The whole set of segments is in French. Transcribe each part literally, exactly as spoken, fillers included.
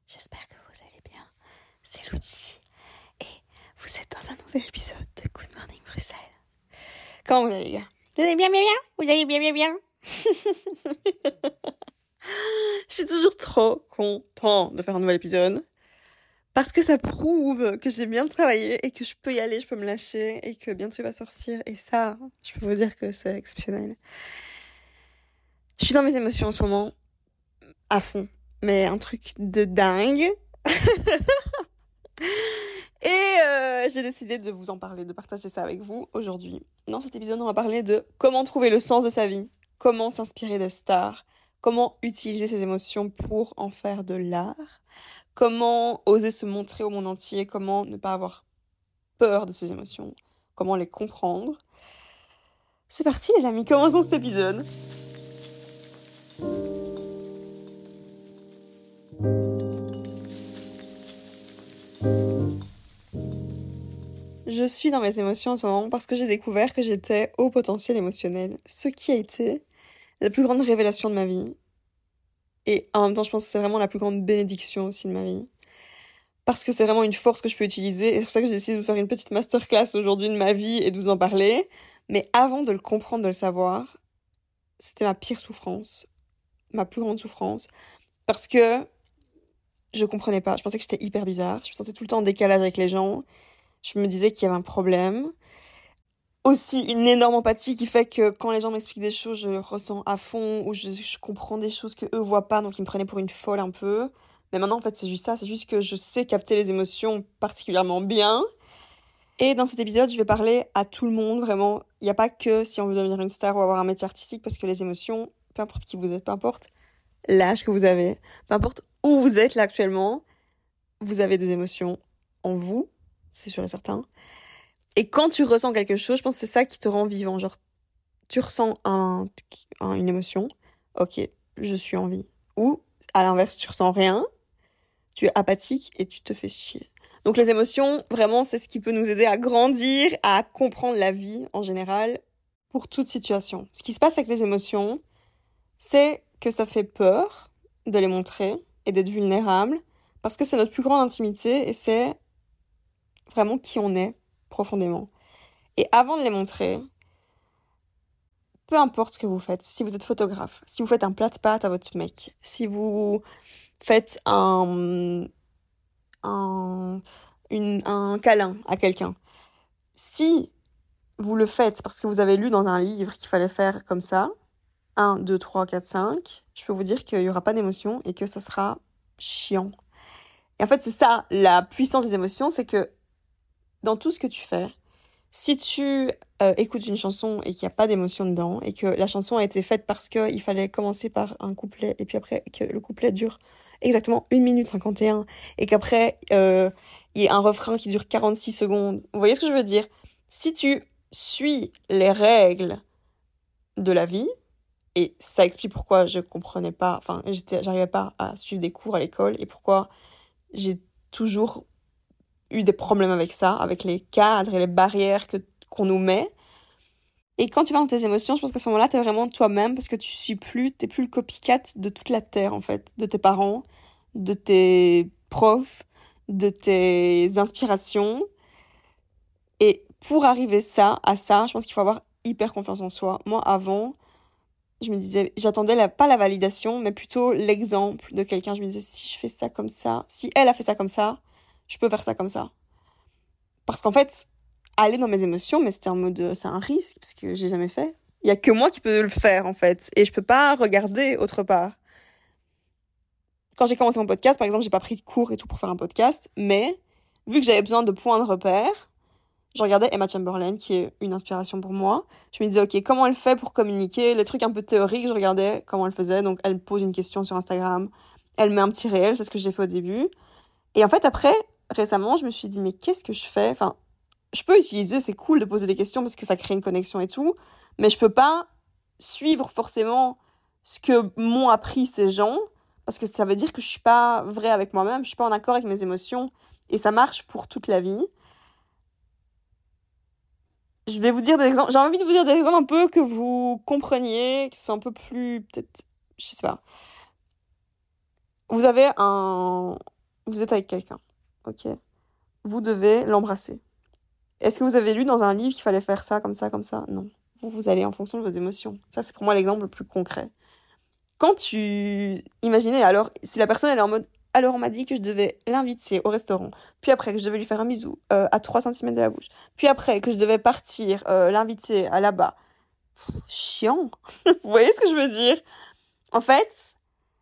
j'espère que vous allez bien. C'est Lucie et vous êtes dans un nouvel épisode de Good Morning Bruxelles. Comment vous allez bien? Vous allez bien bien bien? Vous allez bien bien bien? Je suis toujours trop content de faire un nouvel épisode parce que ça prouve que j'ai bien travaillé et que je peux y aller, je peux me lâcher et que bientôt il va sortir, et ça, je peux vous dire que c'est exceptionnel. Je suis dans mes émotions en ce moment, à fond, mais un truc de dingue. Et euh, j'ai décidé de vous en parler, de partager ça avec vous aujourd'hui. Dans cet épisode, on va parler de comment trouver le sens de sa vie, comment s'inspirer des stars, comment utiliser ses émotions pour en faire de l'art, comment oser se montrer au monde entier, comment ne pas avoir peur de ses émotions, comment les comprendre. C'est parti les amis, commençons cet épisode. Je suis dans mes émotions en ce moment parce que j'ai découvert que j'étais au potentiel émotionnel, ce qui a été la plus grande révélation de ma vie. Et en même temps, je pense que c'est vraiment la plus grande bénédiction aussi de ma vie. Parce que c'est vraiment une force que je peux utiliser. Et c'est pour ça que j'ai décidé de vous faire une petite masterclass aujourd'hui de ma vie et de vous en parler. Mais avant de le comprendre, de le savoir, c'était ma pire souffrance. Ma plus grande souffrance. Parce que je comprenais pas. Je pensais que j'étais hyper bizarre. Je me sentais tout le temps en décalage avec les gens. Je me disais qu'il y avait un problème. Aussi, une énorme empathie qui fait que quand les gens m'expliquent des choses, je ressens à fond, ou je, je comprends des choses que eux voient pas, donc ils me prenaient pour une folle un peu. Mais maintenant, en fait, c'est juste ça. C'est juste que je sais capter les émotions particulièrement bien. Et dans cet épisode, je vais parler à tout le monde, vraiment. Il n'y a pas que si on veut devenir une star ou avoir un métier artistique, parce que les émotions, peu importe qui vous êtes, peu importe l'âge que vous avez, peu importe où vous êtes là actuellement, vous avez des émotions en vous, c'est sûr et certain. Et quand tu ressens quelque chose, je pense que c'est ça qui te rend vivant. Genre, tu ressens un, un, une émotion, ok, je suis en vie. Ou, à l'inverse, tu ressens rien, tu es apathique et tu te fais chier. Donc les émotions, vraiment, c'est ce qui peut nous aider à grandir, à comprendre la vie en général, pour toute situation. Ce qui se passe avec les émotions, c'est que ça fait peur de les montrer et d'être vulnérable, parce que c'est notre plus grande intimité et c'est vraiment qui on est profondément. Et avant de les montrer, peu importe ce que vous faites, si vous êtes photographe, si vous faites un plat de pâtes à votre mec, si vous faites un, un, une, un câlin à quelqu'un, si vous le faites parce que vous avez lu dans un livre qu'il fallait faire comme ça, un, deux, trois, quatre, cinq, je peux vous dire qu'il n'y aura pas d'émotion et que ça sera chiant. Et en fait, c'est ça, la puissance des émotions, c'est que dans tout ce que tu fais, si tu euh, écoutes une chanson et qu'il n'y a pas d'émotion dedans, et que la chanson a été faite parce qu'il fallait commencer par un couplet, et puis après que le couplet dure exactement une minute cinquante et un, et qu'après euh, il y a un refrain qui dure quarante-six secondes, vous voyez ce que je veux dire? Si tu suis les règles de la vie, et ça explique pourquoi je comprenais pas, enfin j'étais, j'arrivais pas à suivre des cours à l'école, et pourquoi j'ai toujours eu des problèmes avec ça, avec les cadres et les barrières que, qu'on nous met. Et quand tu vas dans tes émotions, je pense qu'à ce moment-là, t'es vraiment toi-même, parce que tu suis plus, t'es plus le copycat de toute la terre, en fait, de tes parents, de tes profs, de tes inspirations. Et pour arriver ça, à ça, je pense qu'il faut avoir hyper confiance en soi. Moi, avant, je me disais, j'attendais la, pas la validation, mais plutôt l'exemple de quelqu'un. Je me disais, si je fais ça comme ça, si elle a fait ça comme ça, je peux faire ça comme ça. Parce qu'en fait, aller dans mes émotions, mais c'était en mode, c'est un risque, parce que j'ai jamais fait. Il y a que moi qui peux le faire, en fait. Et je peux pas regarder autre part. Quand j'ai commencé mon podcast, par exemple, j'ai pas pris de cours et tout pour faire un podcast, mais vu que j'avais besoin de points de repère, je regardais Emma Chamberlain, qui est une inspiration pour moi. Je me disais, ok, comment elle fait pour communiquer? Les trucs un peu théoriques, je regardais comment elle faisait. Donc, elle me pose une question sur Instagram, elle met un petit réel, c'est ce que j'ai fait au début. Et en fait, après, récemment, je me suis dit, mais qu'est-ce que je fais? Enfin, je peux utiliser, c'est cool de poser des questions parce que ça crée une connexion et tout, mais je peux pas suivre forcément ce que m'ont appris ces gens, parce que ça veut dire que je suis pas vraie avec moi-même, je suis pas en accord avec mes émotions, et ça marche pour toute la vie. Je vais vous dire des exemples, j'ai envie de vous dire des exemples un peu que vous compreniez, qui sont un peu plus, peut-être, je sais pas. Vous avez un, Vous êtes avec quelqu'un, ok? Vous devez l'embrasser. Est-ce que vous avez lu dans un livre qu'il fallait faire ça, comme ça, comme ça? Non. Vous, vous allez en fonction de vos émotions. Ça, c'est pour moi l'exemple le plus concret. Quand tu... Imaginez, alors, si la personne, elle est en mode... Alors, on m'a dit que je devais l'inviter au restaurant. Puis après, que je devais lui faire un bisou euh, à trois centimètres de la bouche. Puis après, que je devais partir euh, l'inviter à là-bas. Pff, chiant. Vous voyez ce que je veux dire? En fait,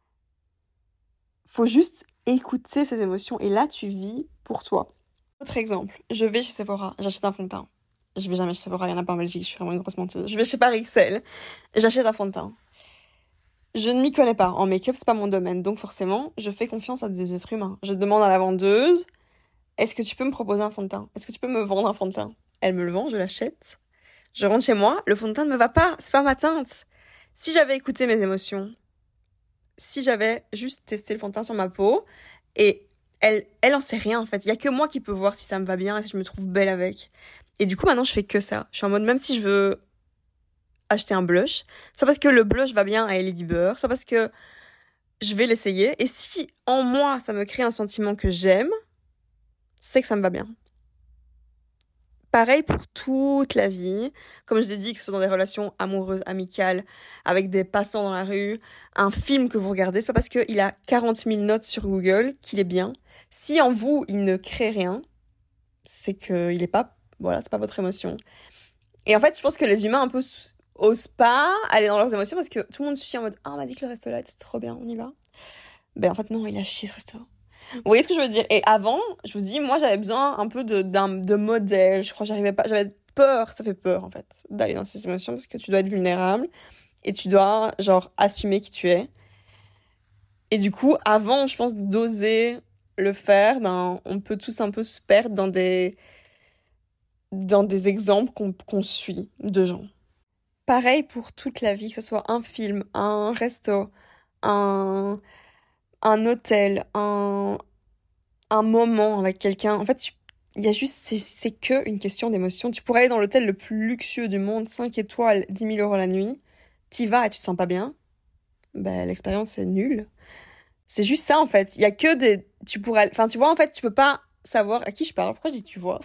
faut juste écouter ses émotions. Et là, tu vis pour toi. Autre exemple. Je vais chez Sephora. J'achète un fond de teint. Je vais jamais chez Sephora. Il y en a pas en Belgique. Je suis vraiment une grosse menteuse. Je vais chez Paris Excel. J'achète un fond de teint. Je ne m'y connais pas. En make-up, c'est pas mon domaine. Donc forcément, je fais confiance à des êtres humains. Je demande à la vendeuse, est-ce que tu peux me proposer un fond de teint? Est-ce que tu peux me vendre un fond de teint? Elle me le vend, je l'achète. Je rentre chez moi, le fond de teint ne me va pas. C'est pas ma teinte. Si j'avais écouté mes émotions, si j'avais juste testé le fond de teint sur ma peau, et elle, elle en sait rien en fait. Il y a que moi qui peux voir si ça me va bien et si je me trouve belle avec. Et du coup, maintenant, je fais que ça. Je suis en mode, même si je veux acheter un blush, soit parce que le blush va bien à Hailey Bieber, soit parce que je vais l'essayer, et si en moi ça me crée un sentiment que j'aime, c'est que ça me va bien. Pareil pour toute la vie, comme je l'ai dit, que ce soit dans des relations amoureuses, amicales, avec des passants dans la rue, un film que vous regardez, c'est pas parce qu'il a quarante mille notes sur Google qu'il est bien. Si en vous il ne crée rien, c'est qu'il est pas, voilà, c'est pas votre émotion. Et en fait, je pense que les humains un peu osent pas aller dans leurs émotions parce que tout le monde suit en mode « Ah, on m'a dit que le resto là était trop bien, on y va ?» Ben en fait, non, il a chié ce resto. Vous voyez ce que je veux dire? Et avant, je vous dis, moi, j'avais besoin un peu de, d'un, de modèle. Je crois que j'arrivais pas... J'avais peur, ça fait peur, en fait, d'aller dans ces émotions parce que tu dois être vulnérable et tu dois, genre, assumer qui tu es. Et du coup, avant, je pense, d'oser le faire, ben, on peut tous un peu se perdre dans des... dans des exemples qu'on, qu'on suit de gens. Pareil pour toute la vie, que ce soit un film, un resto, un, un hôtel, un, un moment avec quelqu'un. En fait, tu- il y a juste, c'est, c'est que une question d'émotion. Tu pourrais aller dans l'hôtel le plus luxueux du monde, cinq étoiles, dix mille euros la nuit. T'y vas et tu te sens pas bien. Ben, l'expérience est nulle. C'est juste ça, en fait. Il y a que des, tu pourrais, enfin, tu vois, en fait, tu peux pas savoir à qui je parle. Pourquoi je dis tu vois?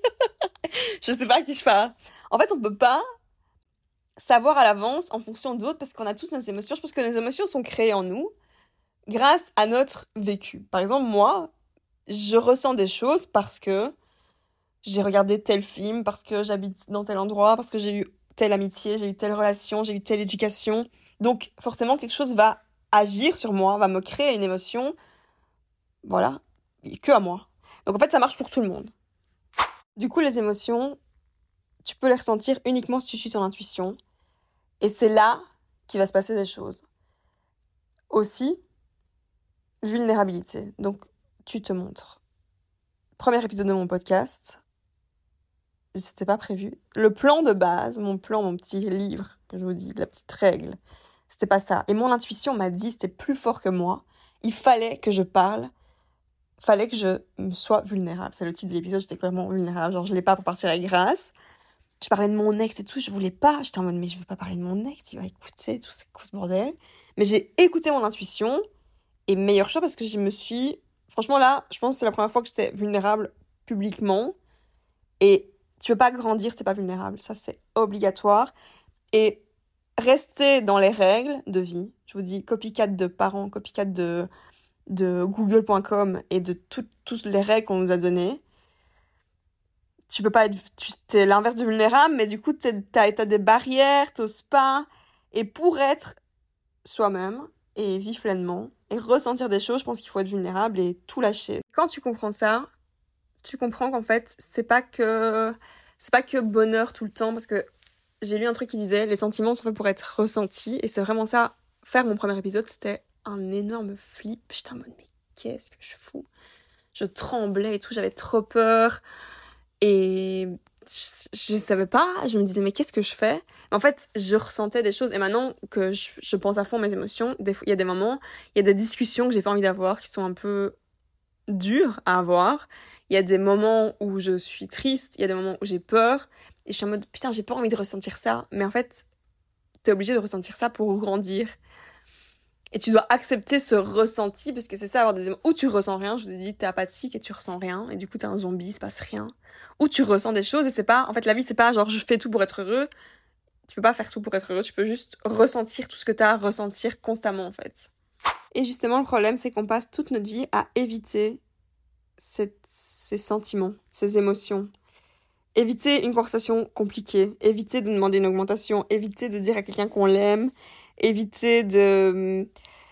Je sais pas à qui je parle. En fait, on peut pas savoir à l'avance en fonction d'autres parce qu'on a tous nos émotions. Je pense que les émotions sont créées en nous grâce à notre vécu. Par exemple, moi, je ressens des choses parce que j'ai regardé tel film, parce que j'habite dans tel endroit, parce que j'ai eu telle amitié, j'ai eu telle relation, j'ai eu telle éducation. Donc, forcément, quelque chose va agir sur moi, va me créer une émotion. Voilà, que à moi. Donc, en fait, ça marche pour tout le monde. Du coup, les émotions, tu peux les ressentir uniquement si tu suis ton intuition. Et c'est là qu'il va se passer des choses. Aussi, vulnérabilité. Donc, tu te montres. Premier épisode de mon podcast, c'était pas prévu. Le plan de base, mon plan, mon petit livre, que je vous dis, la petite règle, c'était pas ça. Et mon intuition m'a dit, c'était plus fort que moi. Il fallait que je parle, fallait que je me sois vulnérable. C'est le titre de l'épisode, j'étais clairement vulnérable. Genre, je l'ai pas pour partir avec grâce. Je parlais de mon ex et tout, je voulais pas. J'étais en mode, mais je veux pas parler de mon ex, il va écouter tout ce, tout ce bordel. Mais j'ai écouté mon intuition, et meilleur choix parce que je me suis... Franchement, là, je pense que c'est la première fois que j'étais vulnérable publiquement. Et tu veux pas grandir, t'es pas vulnérable. Ça, c'est obligatoire. Et rester dans les règles de vie. Je vous dis, copycat de parents, copycat de, de google point com et de toutes les règles qu'on nous a données. Tu peux pas être... Tu, t'es l'inverse de vulnérable, mais du coup, t'as, t'as des barrières, t'oses pas. Et pour être soi-même et vivre pleinement et ressentir des choses, je pense qu'il faut être vulnérable et tout lâcher. Quand tu comprends ça, tu comprends qu'en fait, c'est pas que c'est pas que bonheur tout le temps, parce que j'ai lu un truc qui disait les sentiments sont faits pour être ressentis, et c'est vraiment ça. Faire mon premier épisode, c'était un énorme flip. J'étais en mode mais qu'est-ce que je fous? Je tremblais et tout, j'avais trop peur et je, je savais pas, je me disais mais qu'est-ce que je fais? En fait, je ressentais des choses, et maintenant que je, je pense à fond mes émotions, il y a des moments, il y a des discussions que j'ai pas envie d'avoir qui sont un peu dures à avoir. Il y a des moments où je suis triste, il y a des moments où j'ai peur, et je suis en mode putain, j'ai pas envie de ressentir ça, mais en fait, t'es obligé de ressentir ça pour grandir. Et tu dois accepter ce ressenti, parce que c'est ça, avoir des émotions. Ou tu ressens rien, je vous ai dit, t'es apathique et tu ressens rien, et du coup t'es un zombie, il se passe rien. Ou tu ressens des choses, et c'est pas, en fait la vie c'est pas genre je fais tout pour être heureux, tu peux pas faire tout pour être heureux, tu peux juste ressentir tout ce que t'as à ressentir constamment en fait. Et justement le problème c'est qu'on passe toute notre vie à éviter cette, ces sentiments, ces émotions. Éviter une conversation compliquée, éviter de demander une augmentation, éviter de dire à quelqu'un qu'on l'aime, éviter de,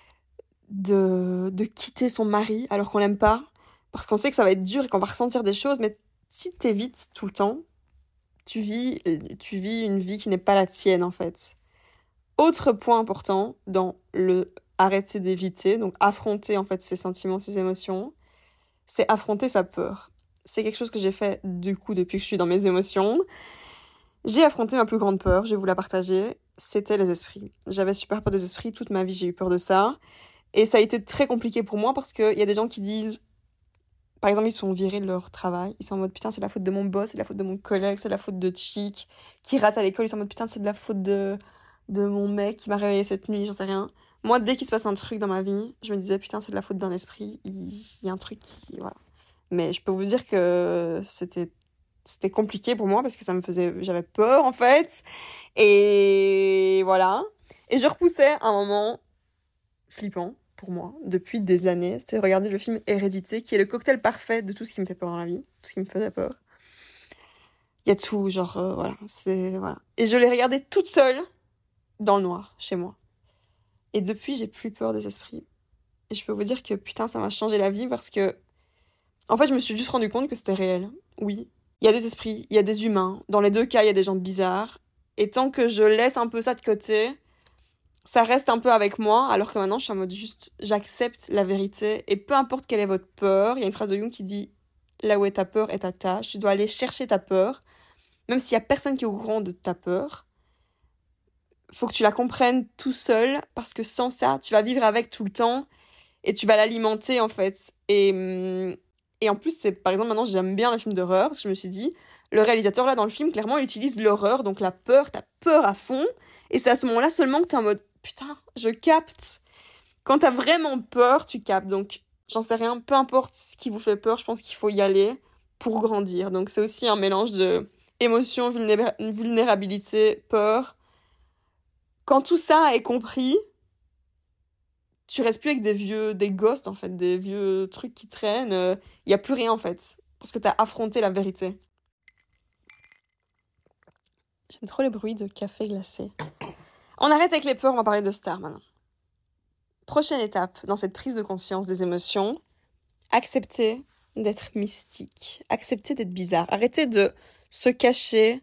de, de quitter son mari alors qu'on l'aime pas, parce qu'on sait que ça va être dur et qu'on va ressentir des choses, mais si t'évites tout le temps, tu vis, tu vis une vie qui n'est pas la tienne en fait. Autre point important dans le arrêter d'éviter, donc affronter en fait ses sentiments, ses émotions, c'est affronter sa peur. C'est quelque chose que j'ai fait du coup depuis que je suis dans mes émotions. J'ai affronté ma plus grande peur, je vais vous la partager, c'était les esprits. J'avais super peur des esprits, toute ma vie j'ai eu peur de ça. Et ça a été très compliqué pour moi parce qu'il y a des gens qui disent, par exemple ils se font virer de leur travail, ils sont en mode putain c'est la faute de mon boss, c'est la faute de mon collègue, c'est la faute de Chic, qui rate à l'école, ils sont en mode putain c'est de la faute de, de mon mec qui m'a réveillée cette nuit, j'en sais rien. Moi dès qu'il se passe un truc dans ma vie, je me disais putain c'est de la faute d'un esprit, il, il y a un truc qui... voilà. Mais je peux vous dire que c'était, c'était compliqué pour moi parce que ça me faisait... J'avais peur, en fait. Et voilà. Et je repoussais un moment flippant pour moi depuis des années. C'était regarder le film Hérédité, qui est le cocktail parfait de tout ce qui me fait peur dans la vie. Tout ce qui me faisait peur. Il y a tout, genre... Euh, voilà. C'est... Voilà. Et je l'ai regardé toute seule dans le noir, chez moi. Et depuis, j'ai plus peur des esprits. Et je peux vous dire que, putain, ça m'a changé la vie parce que en fait, je me suis juste rendu compte que c'était réel. Oui, il y a des esprits, il y a des humains. Dans les deux cas, il y a des gens bizarres. Et tant que je laisse un peu ça de côté, ça reste un peu avec moi. Alors que maintenant, je suis en mode juste, j'accepte la vérité. Et peu importe quelle est votre peur, il y a une phrase de Jung qui dit « Là où est ta peur est ta tâche ». Tu dois aller chercher ta peur. Même s'il y a personne qui est au courant de ta peur, faut que tu la comprennes tout seul. Parce que sans ça, tu vas vivre avec tout le temps. Et tu vas l'alimenter, en fait. Et... Hum, Et en plus, c'est, par exemple, maintenant, j'aime bien les films d'horreur, parce que je me suis dit, le réalisateur, là, dans le film, clairement, il utilise l'horreur, donc la peur, t'as peur à fond, et c'est à ce moment-là seulement que t'es en mode, putain, je capte. Quand t'as vraiment peur, tu captes, donc, j'en sais rien, peu importe ce qui vous fait peur, je pense qu'il faut y aller pour grandir. Donc, c'est aussi un mélange de émotion, vulnéra- vulnérabilité, peur. Quand tout ça est compris, tu restes plus avec des vieux, des ghosts en fait, des vieux trucs qui traînent. Il euh, y a plus rien en fait, parce que t'as affronté la vérité. J'aime trop les bruits de café glacé. On arrête avec les peurs, on va parler de stars maintenant. Prochaine étape dans cette prise de conscience des émotions, accepter d'être mystique, accepter d'être bizarre, arrêter de se cacher,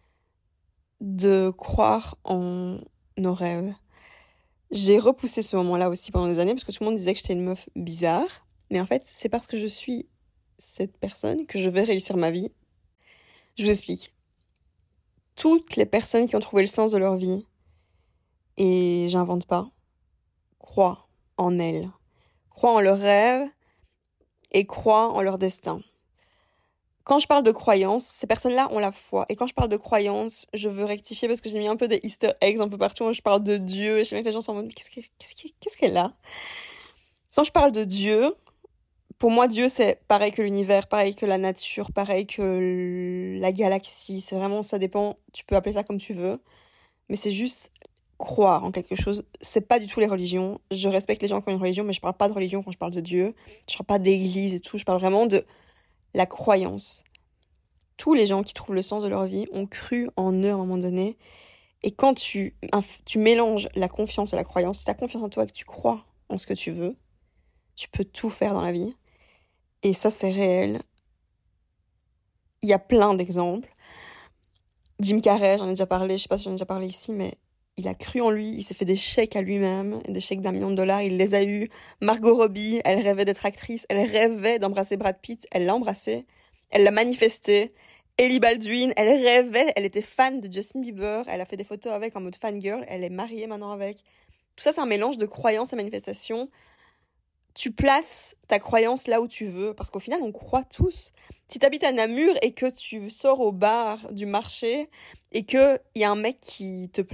de croire en nos rêves. J'ai repoussé ce moment-là aussi pendant des années parce que tout le monde disait que j'étais une meuf bizarre. Mais en fait, c'est parce que je suis cette personne que je vais réussir ma vie. Je vous explique. Toutes les personnes qui ont trouvé le sens de leur vie, et j'invente pas, croient en elles, croient en leurs rêves et croient en leur destin. Quand je parle de croyance, ces personnes-là ont la foi. Et quand je parle de croyance, je veux rectifier parce que j'ai mis un peu des easter eggs un peu partout. Où je parle de Dieu et je sais bien que les gens sont en mode qu'est-ce qu'elle, qu'est-ce qu'elle, qu'est-ce qu'elle a ? Quand je parle de Dieu, pour moi, Dieu, c'est pareil que l'univers, pareil que la nature, pareil que la galaxie. C'est vraiment, ça dépend, tu peux appeler ça comme tu veux. Mais c'est juste croire en quelque chose. C'est pas du tout les religions. Je respecte les gens qui ont une religion, mais je parle pas de religion quand je parle de Dieu. Je parle pas d'église et tout. Je parle vraiment de la croyance. Tous les gens qui trouvent le sens de leur vie ont cru en eux à un moment donné. Et quand tu, tu mélanges la confiance et la croyance, si tu as confiance en toi et que tu crois en ce que tu veux, tu peux tout faire dans la vie. Et ça, c'est réel. Il y a plein d'exemples. Jim Carrey, j'en ai déjà parlé, je sais pas si j'en ai déjà parlé ici, mais il a cru en lui, il s'est fait des chèques à lui-même, des chèques d'un million de dollars, il les a eus. Margot Robbie, elle rêvait d'être actrice, elle rêvait d'embrasser Brad Pitt, elle l'a embrassé, elle l'a manifesté. Hailey Baldwin, elle rêvait, elle était fan de Justin Bieber, elle a fait des photos avec en mode fangirl, elle est mariée maintenant avec. Tout ça, c'est un mélange de croyance et manifestation. Tu places ta croyance là où tu veux, parce qu'au final, on croit tous. Si t'habites à Namur et que tu sors au bar du marché et qu'il y a un mec qui te plaît,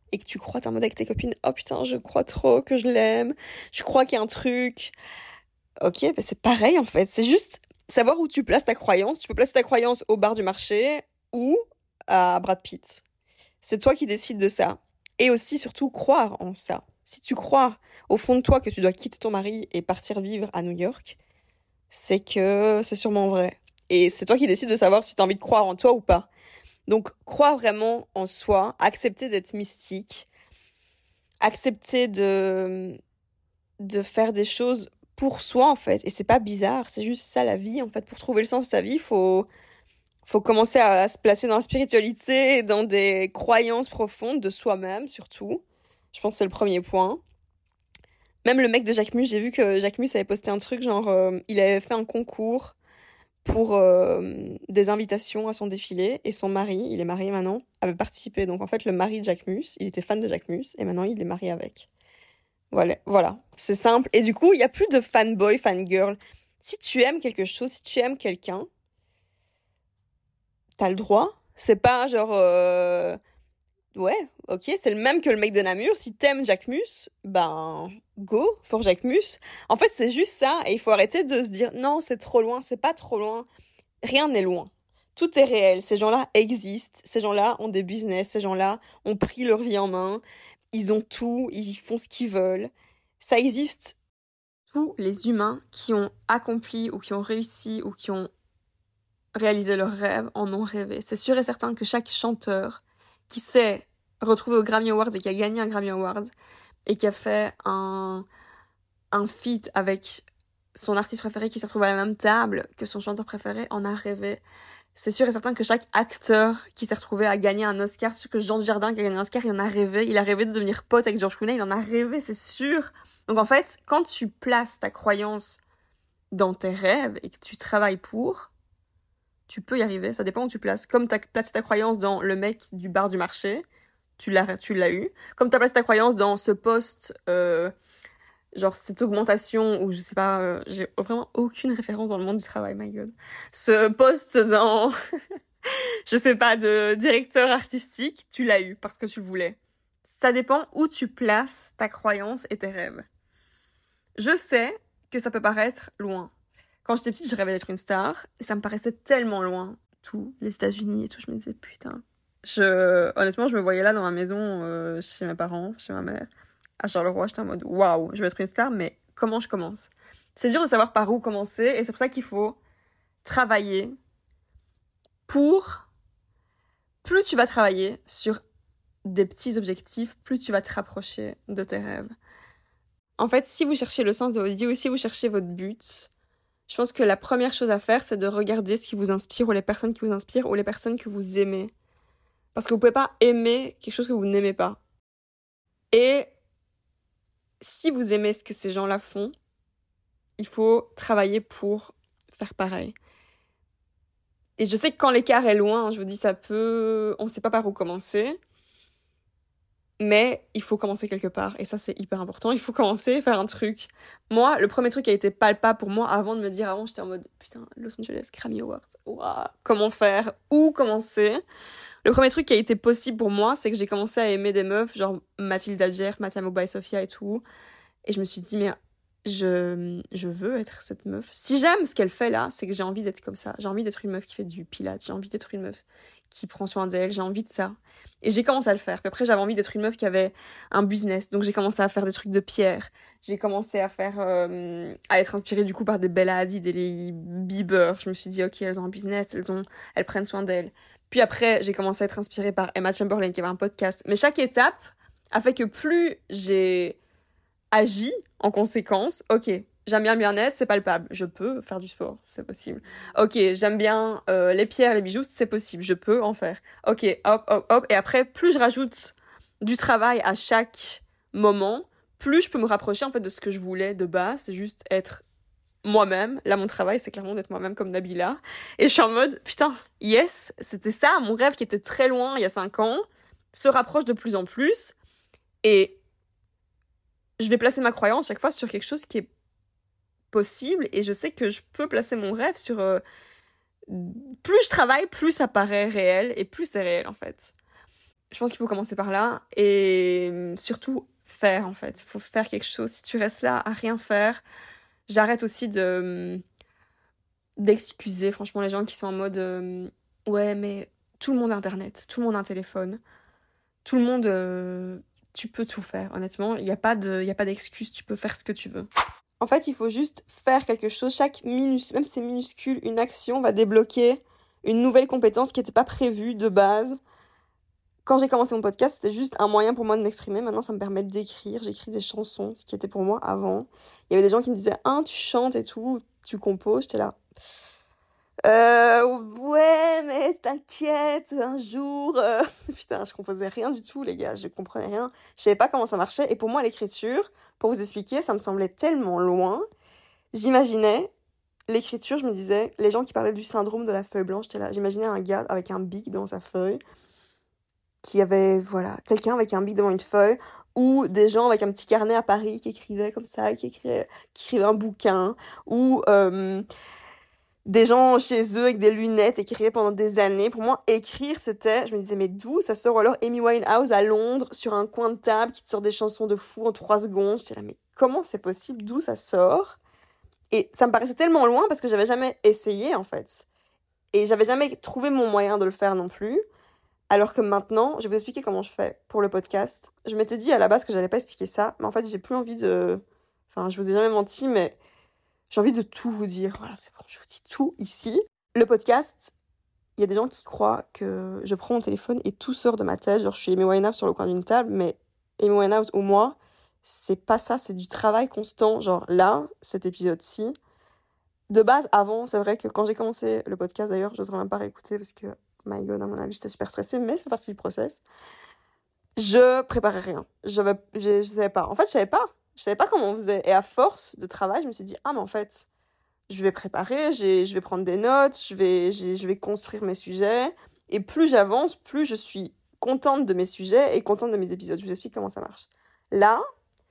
et que tu crois, t'es en mode avec tes copines, oh putain, je crois trop que je l'aime, je crois qu'il y a un truc. Ok, bah c'est pareil en fait, c'est juste savoir où tu places ta croyance. Tu peux placer ta croyance au bar du marché ou à Brad Pitt. C'est toi qui décides de ça. Et aussi, surtout, croire en ça. Si tu crois au fond de toi que tu dois quitter ton mari et partir vivre à New York, c'est que c'est sûrement vrai. Et c'est toi qui décides de savoir si tu as envie de croire en toi ou pas. Donc, croire vraiment en soi, accepter d'être mystique, accepter de, de faire des choses pour soi, en fait. Et c'est pas bizarre, c'est juste ça la vie, en fait. Pour trouver le sens de sa vie, il faut, faut commencer à, à se placer dans la spiritualité, dans des croyances profondes de soi-même, surtout. Je pense que c'est le premier point. Même le mec de Jacquemus, j'ai vu que Jacquemus avait posté un truc, genre, euh, il avait fait un concours pour euh, des invitations à son défilé, et son mari, il est marié maintenant, avait participé. Donc en fait, le mari de Jacquemus, il était fan de Jacquemus, et maintenant il est marié avec. Voilà, voilà, c'est simple. Et du coup, il n'y a plus de fanboy, fangirl. Si tu aimes quelque chose, si tu aimes quelqu'un, t'as le droit. C'est pas genre... euh, Ouais, ok, c'est le même que le mec de Namur. Si t'aimes Jacquemus, ben, go, for Jacquemus. En fait, c'est juste ça, et il faut arrêter de se dire, non, c'est trop loin, c'est pas trop loin. Rien n'est loin. Tout est réel. Ces gens-là existent. Ces gens-là ont des business. Ces gens-là ont pris leur vie en main. Ils ont tout. Ils font ce qu'ils veulent. Ça existe. Tous les humains qui ont accompli ou qui ont réussi ou qui ont réalisé leurs rêves en ont rêvé. C'est sûr et certain que chaque chanteur qui s'est retrouvé au Grammy Awards et qui a gagné un Grammy Awards et qui a fait un, un feat avec son artiste préféré qui s'est retrouvé à la même table que son chanteur préféré en a rêvé. C'est sûr et certain que chaque acteur qui s'est retrouvé à gagner un Oscar, c'est sûr que Jean Dujardin qui a gagné un Oscar, il en a rêvé. Il a rêvé de devenir pote avec George Clooney, il en a rêvé, c'est sûr. Donc en fait, quand tu places ta croyance dans tes rêves et que tu travailles pour, tu peux y arriver, ça dépend où tu places. Comme tu as placé ta croyance dans le mec du bar du marché, tu l'as, tu l'as eu. Comme tu as placé ta croyance dans ce poste, euh, genre cette augmentation, ou je sais pas, euh, j'ai vraiment aucune référence dans le monde du travail, my god. Ce poste dans, je sais pas, de directeur artistique, tu l'as eu parce que tu le voulais. Ça dépend où tu places ta croyance et tes rêves. Je sais que ça peut paraître loin. Quand j'étais petite, je rêvais d'être une star, et ça me paraissait tellement loin, tout, les États-Unis et tout, je me disais, putain. Je... Honnêtement, je me voyais là dans ma maison, euh, chez mes parents, chez ma mère, à Charleroi, j'étais en mode, waouh, je veux être une star, mais comment je commence? C'est dur de savoir par où commencer, et c'est pour ça qu'il faut travailler pour... Plus tu vas travailler sur des petits objectifs, plus tu vas te rapprocher de tes rêves. En fait, si vous cherchez le sens de votre vie, ou si vous cherchez votre but... Je pense que la première chose à faire, c'est de regarder ce qui vous inspire, ou les personnes qui vous inspirent, ou les personnes que vous aimez. Parce que vous pouvez pas aimer quelque chose que vous n'aimez pas. Et si vous aimez ce que ces gens-là font, il faut travailler pour faire pareil. Et je sais que quand l'écart est loin, je vous dis, ça peut... On sait pas par où commencer. Mais il faut commencer quelque part, et ça c'est hyper important, il faut commencer, faire un truc. Moi, le premier truc qui a été palpable pour moi, avant de me dire, avant j'étais en mode, putain, Los Angeles Grammy Awards, waouh, comment faire, où commencer. Le premier truc qui a été possible pour moi, c'est que j'ai commencé à aimer des meufs, genre Mathilde Adjer, Mathia Mouba et Sophia et tout, et je me suis dit, mais je, je veux être cette meuf. Si j'aime ce qu'elle fait là, c'est que j'ai envie d'être comme ça, j'ai envie d'être une meuf qui fait du pilates, j'ai envie d'être une meuf qui prend soin d'elle, j'ai envie de ça. Et j'ai commencé à le faire. Puis après, j'avais envie d'être une meuf qui avait un business. Donc j'ai commencé à faire des trucs de pierre. J'ai commencé à faire... Euh, à être inspirée du coup par des Bella Hadid et les Bieber. Je me suis dit, ok, elles ont un business, elles, ont, elles prennent soin d'elles. Puis après, j'ai commencé à être inspirée par Emma Chamberlain qui avait un podcast. Mais chaque étape a fait que plus j'ai agi en conséquence, ok, j'aime bien le bien-être, c'est palpable. Je peux faire du sport, c'est possible. Ok, j'aime bien euh, les pierres, les bijoux, c'est possible. Je peux en faire. Ok, hop, hop, hop. Et après, plus je rajoute du travail à chaque moment, plus je peux me rapprocher en fait de ce que je voulais de base. C'est juste être moi-même. Là, mon travail, c'est clairement d'être moi-même comme Nabila. Et je suis en mode, putain, yes, c'était ça, mon rêve qui était très loin il y a cinq ans, se rapproche de plus en plus. Et je vais placer ma croyance chaque fois sur quelque chose qui est possible, et je sais que je peux placer mon rêve sur... Euh, plus je travaille, plus ça paraît réel, et plus c'est réel, en fait. je pense qu'il faut commencer par là et surtout faire en fait. Il faut faire quelque chose. Si tu restes là à rien faire, j'arrête aussi de d'excuser franchement les gens qui sont en mode euh, ouais mais tout le monde a internet, tout le monde a un téléphone, tout le monde euh, tu peux tout faire honnêtement, il n'y a pas de il y a pas d'excuse, tu peux faire ce que tu veux. En fait, il faut juste faire quelque chose, chaque minus même si c'est minuscule, une action va débloquer une nouvelle compétence qui n'était pas prévue de base. Quand j'ai commencé mon podcast, c'était juste un moyen pour moi de m'exprimer. Maintenant, ça me permet d'écrire. J'écris des chansons, ce qui était pour moi avant. Il y avait des gens qui me disaient « Ah, tu chantes et tout, tu composes ». J'étais là. Euh, ouais, mais t'inquiète, un jour... Euh... Putain, je composais rien du tout, les gars. Je comprenais rien. Je savais pas comment ça marchait. Et pour moi, l'écriture, pour vous expliquer, ça me semblait tellement loin. J'imaginais l'écriture, je me disais, les gens qui parlaient du syndrome de la feuille blanche, j'étais là. J'imaginais un gars avec un bic dans sa feuille, qui avait, voilà, quelqu'un avec un bic devant une feuille, ou des gens avec un petit carnet à Paris qui écrivaient comme ça, qui écrivaient, qui écrivaient un bouquin, ou euh, des gens chez eux avec des lunettes et qui écrivaient pendant des années. Pour moi, écrire, c'était, je me disais, mais d'où ça sort? Ou alors Amy Winehouse à Londres, sur un coin de table, qui te sort des chansons de fou en trois secondes. J'étais là, mais comment c'est possible? D'où ça sort? Et ça me paraissait tellement loin parce que j'avais jamais essayé, en fait. Et j'avais jamais trouvé mon moyen de le faire non plus. Alors que maintenant, je vais vous expliquer comment je fais pour le podcast. Je m'étais dit à la base que j'allais pas expliquer ça, mais en fait, j'ai plus envie de... Enfin, je vous ai jamais menti, mais j'ai envie de tout vous dire. Voilà, c'est bon, je vous dis tout ici. Le podcast, il y a des gens qui croient que je prends mon téléphone et tout sort de ma tête. Genre, je suis Amy Winehouse sur le coin d'une table, mais Amy Winehouse ou moi, c'est pas ça, c'est du travail constant. Genre là, cet épisode-ci. De base, avant, c'est vrai que quand j'ai commencé le podcast, d'ailleurs, je n'oserais même pas réécouter parce que my god, à mon avis, j'étais super stressée, mais c'est partie du process. Je préparais rien. Je, vais, je, je savais pas. En fait, je savais pas. Je savais pas comment on faisait. Et à force de travail, je me suis dit, ah, mais en fait, je vais préparer, j'ai, je vais prendre des notes, je vais, j'ai, je vais construire mes sujets. Et plus j'avance, plus je suis contente de mes sujets et contente de mes épisodes. Je vous explique comment ça marche. Là,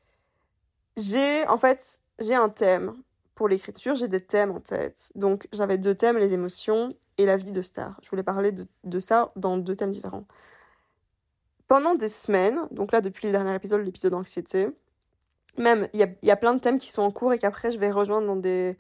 j'ai, en fait, j'ai un thème. Pour l'écriture, j'ai des thèmes en tête. Donc, j'avais deux thèmes, les émotions et la vie de star. Je voulais parler de, de ça dans deux thèmes différents. Pendant des semaines, donc là, depuis le dernier épisode, l'épisode d'anxiété, même, il y a, y a plein de thèmes qui sont en cours et qu'après, je vais rejoindre dans des,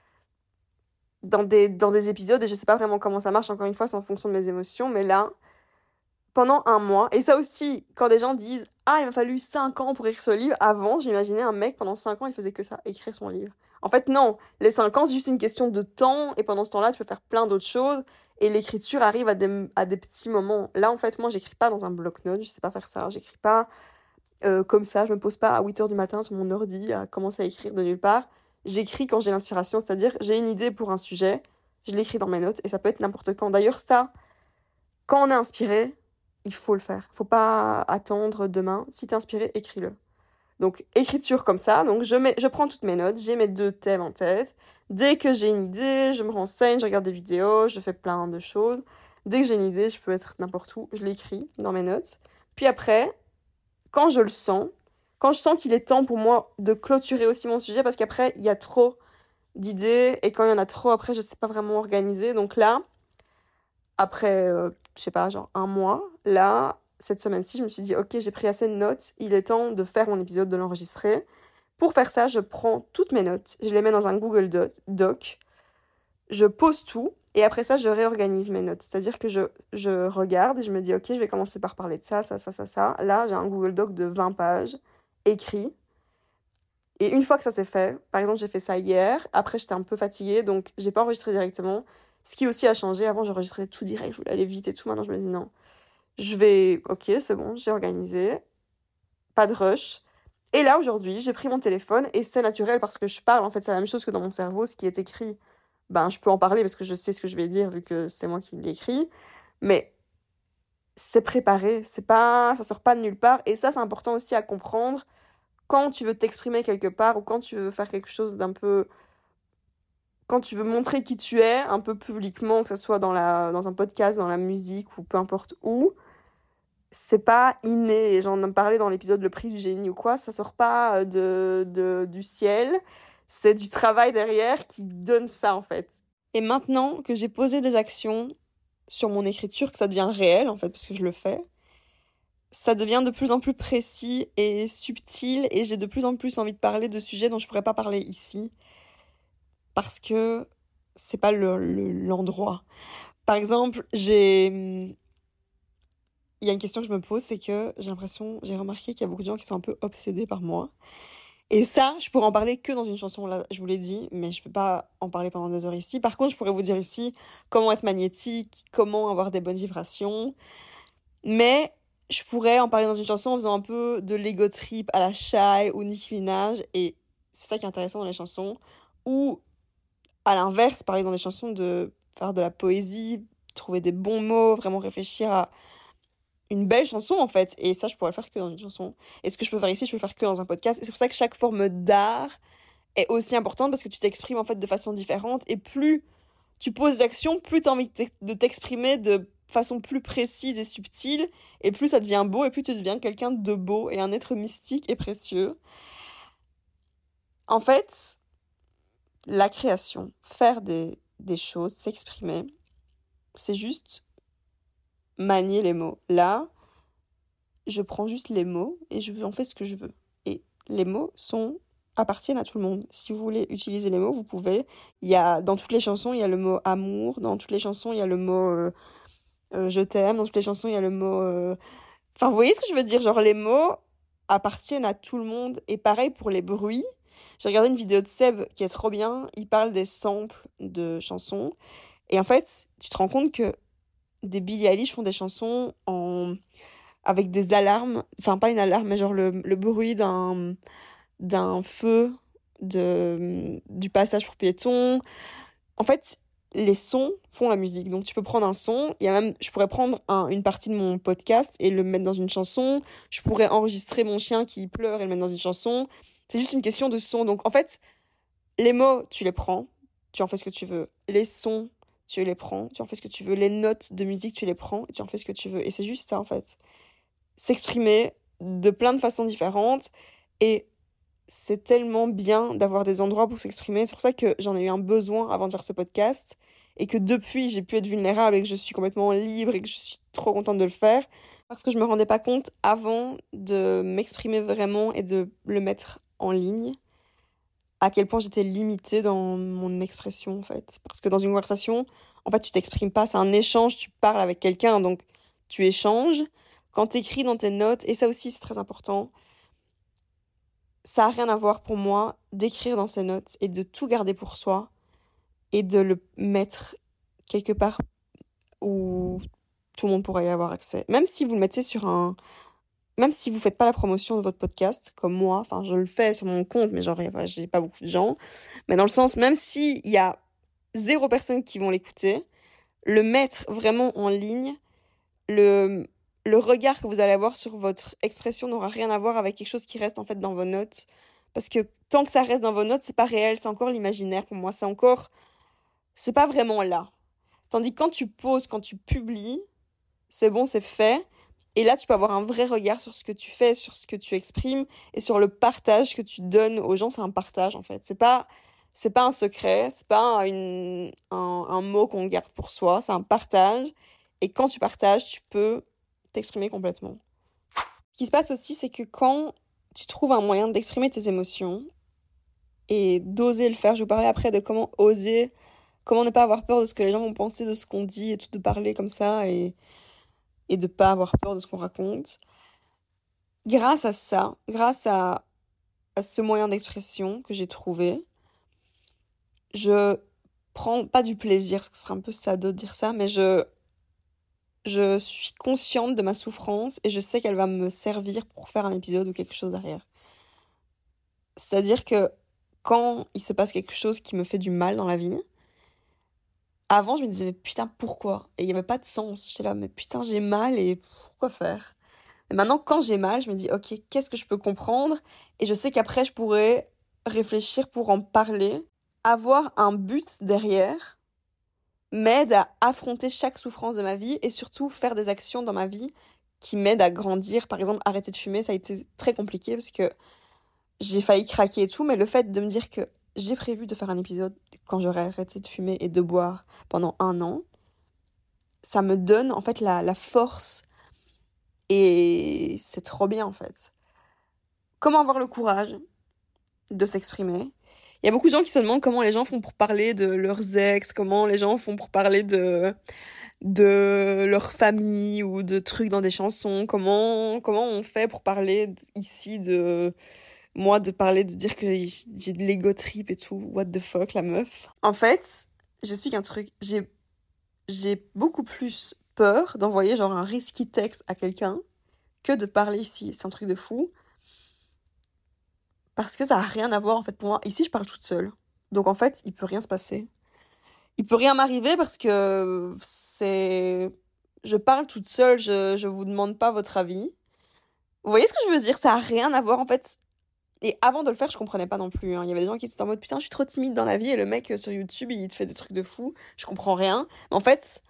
dans, des, dans des épisodes. Et je sais pas vraiment comment ça marche, encore une fois, c'est en fonction de mes émotions. Mais là, pendant un mois, et ça aussi, quand des gens disent « Ah, il m'a fallu cinq ans pour écrire ce livre », avant, j'imaginais un mec, pendant cinq ans, il faisait que ça, écrire son livre. En fait, non. Les cinq ans, c'est juste une question de temps. Et pendant ce temps-là, tu peux faire plein d'autres choses. Et l'écriture arrive à des, à des petits moments. Là, en fait, moi, j'écris pas dans un bloc-notes. Je sais pas faire ça. J'écris pas euh, comme ça. Je me pose pas à huit heures du matin sur mon ordi à commencer à écrire de nulle part. J'écris quand j'ai l'inspiration. C'est-à-dire, j'ai une idée pour un sujet. Je l'écris dans mes notes. Et ça peut être n'importe quand. D'ailleurs, ça, quand on est inspiré, il faut le faire. Faut pas attendre demain. Si t'es inspiré, écris-le. Donc, écriture comme ça. Donc, je, mets, je prends toutes mes notes. J'ai mes deux thèmes en tête. Dès que j'ai une idée, je me renseigne, je regarde des vidéos, je fais plein de choses. Dès que j'ai une idée, je peux être n'importe où. Je l'écris dans mes notes. Puis après, quand je le sens, quand je sens qu'il est temps pour moi de clôturer aussi mon sujet, parce qu'après, il y a trop d'idées. Et quand il y en a trop, après, je sais pas vraiment organiser. Donc là, après, euh, je sais pas, genre un mois, là... Cette semaine-ci, je me suis dit, ok, j'ai pris assez de notes, il est temps de faire mon épisode, de l'enregistrer. Pour faire ça, je prends toutes mes notes, je les mets dans un Google Doc, je pose tout, et après ça, je réorganise mes notes. C'est-à-dire que je, je regarde et je me dis, ok, je vais commencer par parler de ça, ça, ça, ça, ça. Là, j'ai un Google Doc de vingt pages, écrit. Et une fois que ça s'est fait, par exemple, j'ai fait ça hier, après j'étais un peu fatiguée, donc j'ai pas enregistré directement. Ce qui aussi a changé, avant j'enregistrais tout direct, je voulais aller vite et tout, maintenant je me dis non. Je vais, ok, c'est bon, j'ai organisé, pas de rush. Et là, aujourd'hui, j'ai pris mon téléphone et c'est naturel parce que je parle, en fait, c'est la même chose que dans mon cerveau, ce qui est écrit, ben, je peux en parler parce que je sais ce que je vais dire vu que c'est moi qui l'écris, mais c'est préparé, c'est pas, ça sort pas de nulle part. Et ça, c'est important aussi à comprendre quand tu veux t'exprimer quelque part ou quand tu veux faire quelque chose d'un peu... Quand tu veux montrer qui tu es, un peu publiquement, que ce soit dans, la, dans un podcast, dans la musique ou peu importe où, c'est pas inné. J'en ai parlé dans l'épisode Le prix du génie ou quoi, ça sort pas de, de, du ciel. C'est du travail derrière qui donne ça, en fait. Et maintenant que j'ai posé des actions sur mon écriture, que ça devient réel, en fait, parce que je le fais, ça devient de plus en plus précis et subtil et j'ai de plus en plus envie de parler de sujets dont je pourrais pas parler ici parce que c'est pas le, le- l'endroit. Par exemple, j'ai... Il y a une question que je me pose, c'est que j'ai l'impression, j'ai remarqué qu'il y a beaucoup de gens qui sont un peu obsédés par moi. Et ça, je pourrais en parler que dans une chanson, là, je vous l'ai dit, mais je peux pas en parler pendant des heures ici. Par contre, je pourrais vous dire ici comment être magnétique, comment avoir des bonnes vibrations. Mais je pourrais en parler dans une chanson en faisant un peu de l'ego trip à la Shai ou Nicki Minaj. Et c'est ça qui est intéressant dans les chansons. Ou, à l'inverse, parler dans des chansons de faire de la poésie, trouver des bons mots, vraiment réfléchir à une belle chanson en fait. Et ça, je pourrais le faire que dans une chanson. Et ce que je peux faire ici, je peux le faire que dans un podcast. Et c'est pour ça que chaque forme d'art est aussi importante parce que tu t'exprimes en fait de façon différente. Et plus tu poses d'actions, plus tu as envie de t'exprimer de façon plus précise et subtile. Et plus ça devient beau et plus tu deviens quelqu'un de beau et un être mystique et précieux. En fait, la création, faire des, des choses, s'exprimer, c'est juste manier les mots. Là, je prends juste les mots et je en fais ce que je veux. Et les mots sont appartiennent à tout le monde. Si vous voulez utiliser les mots, vous pouvez. Il y a dans toutes les chansons, il y a le mot amour. Dans toutes les chansons, il y a le mot euh, euh, je t'aime. Dans toutes les chansons, il y a le mot. euh, Enfin, vous voyez ce que je veux dire. Genre les mots appartiennent à tout le monde. Et pareil pour les bruits. J'ai regardé une vidéo de Seb qui est trop bien. Il parle des samples de chansons. Et en fait, tu te rends compte que des Billie Eilish font des chansons en avec des alarmes, enfin pas une alarme, mais genre le, le bruit d'un, d'un feu, de, du passage pour piétons. En fait, les sons font la musique. Donc tu peux prendre un son, il y a même, je pourrais prendre un, une partie de mon podcast et le mettre dans une chanson. Je pourrais enregistrer mon chien qui pleure et le mettre dans une chanson. C'est juste une question de son. Donc en fait, les mots, tu les prends, tu en fais ce que tu veux. Les sons, tu les prends, tu en fais ce que tu veux. Les notes de musique, tu les prends et tu en fais ce que tu veux. Et c'est juste ça en fait. S'exprimer de plein de façons différentes et c'est tellement bien d'avoir des endroits pour s'exprimer. C'est pour ça que j'en ai eu un besoin avant de faire ce podcast et que depuis j'ai pu être vulnérable et que je suis complètement libre et que je suis trop contente de le faire parce que je me rendais pas compte avant de m'exprimer vraiment et de le mettre en ligne à quel point j'étais limitée dans mon expression en fait. Parce que dans une conversation, en fait tu t'exprimes pas, c'est un échange, tu parles avec quelqu'un donc tu échanges. Quand t'écris dans tes notes, et ça aussi c'est très important, ça a rien à voir pour moi d'écrire dans ses notes et de tout garder pour soi et de le mettre quelque part où tout le monde pourrait y avoir accès. Même si vous le mettez sur un... Même si vous faites pas la promotion de votre podcast, comme moi, enfin je le fais sur mon compte, mais genre j'ai pas beaucoup de gens, mais dans le sens, même s'il y a zéro personne qui vont l'écouter, le mettre vraiment en ligne, le... le regard que vous allez avoir sur votre expression n'aura rien à voir avec quelque chose qui reste en fait dans vos notes. Parce que tant que ça reste dans vos notes, c'est pas réel, c'est encore l'imaginaire pour moi, c'est encore... C'est pas vraiment là. Tandis que quand tu poses, quand tu publies, c'est bon, c'est fait. Et là, tu peux avoir un vrai regard sur ce que tu fais, sur ce que tu exprimes et sur le partage que tu donnes aux gens. C'est un partage en fait. C'est pas, c'est pas un secret, c'est pas une, un, un mot qu'on garde pour soi, c'est un partage. Et quand tu partages, tu peux t'exprimer complètement. Ce qui se passe aussi, c'est que quand tu trouves un moyen d'exprimer tes émotions et d'oser le faire, je vous parlais après de comment oser, comment ne pas avoir peur de ce que les gens vont penser, de ce qu'on dit et tout, de parler comme ça et, et de pas avoir peur de ce qu'on raconte. Grâce à ça, grâce à, à ce moyen d'expression que j'ai trouvé, je prends pas du plaisir, parce que ce serait un peu sado de dire ça, mais je je suis consciente de ma souffrance et je sais qu'elle va me servir pour faire un épisode ou quelque chose derrière. C'est-à-dire que quand il se passe quelque chose qui me fait du mal dans la vie, avant je me disais mais putain pourquoi? Et il n'y avait pas de sens. J'étais là mais putain j'ai mal et pourquoi faire? Et maintenant quand j'ai mal, je me dis ok qu'est-ce que je peux comprendre? Et je sais qu'après je pourrais réfléchir pour en parler. Avoir un but derrière m'aide à affronter chaque souffrance de ma vie et surtout faire des actions dans ma vie qui m'aident à grandir. Par exemple, arrêter de fumer, ça a été très compliqué parce que j'ai failli craquer et tout, mais le fait de me dire que j'ai prévu de faire un épisode quand j'aurai arrêté de fumer et de boire pendant un an, ça me donne en fait la, la force Et c'est trop bien, en fait. Comment avoir le courage de s'exprimer? Il y a beaucoup de gens qui se demandent comment les gens font pour parler de leurs ex, comment les gens font pour parler de, de leur famille ou de trucs dans des chansons, comment, comment on fait pour parler ici de... Moi, de parler, de dire que j'ai de l'ego trip et tout, what the fuck, la meuf. En fait, j'explique un truc, j'ai, j'ai beaucoup plus peur d'envoyer genre un risky text à quelqu'un que de parler ici, c'est un truc de fou. Parce que ça a rien à voir, en fait, pour moi. Ici, je parle toute seule. Donc, en fait, il peut rien se passer. Il peut rien m'arriver parce que c'est... Je parle toute seule, je, je vous demande pas votre avis. Vous voyez ce que je veux dire? Ça a rien à voir, en fait. Et avant de le faire, je comprenais pas non plus. Hein. Il y avait des gens qui étaient en mode, putain, je suis trop timide dans la vie, et le mec, euh, sur YouTube, il te fait des trucs de fou. Je comprends rien. Mais en fait,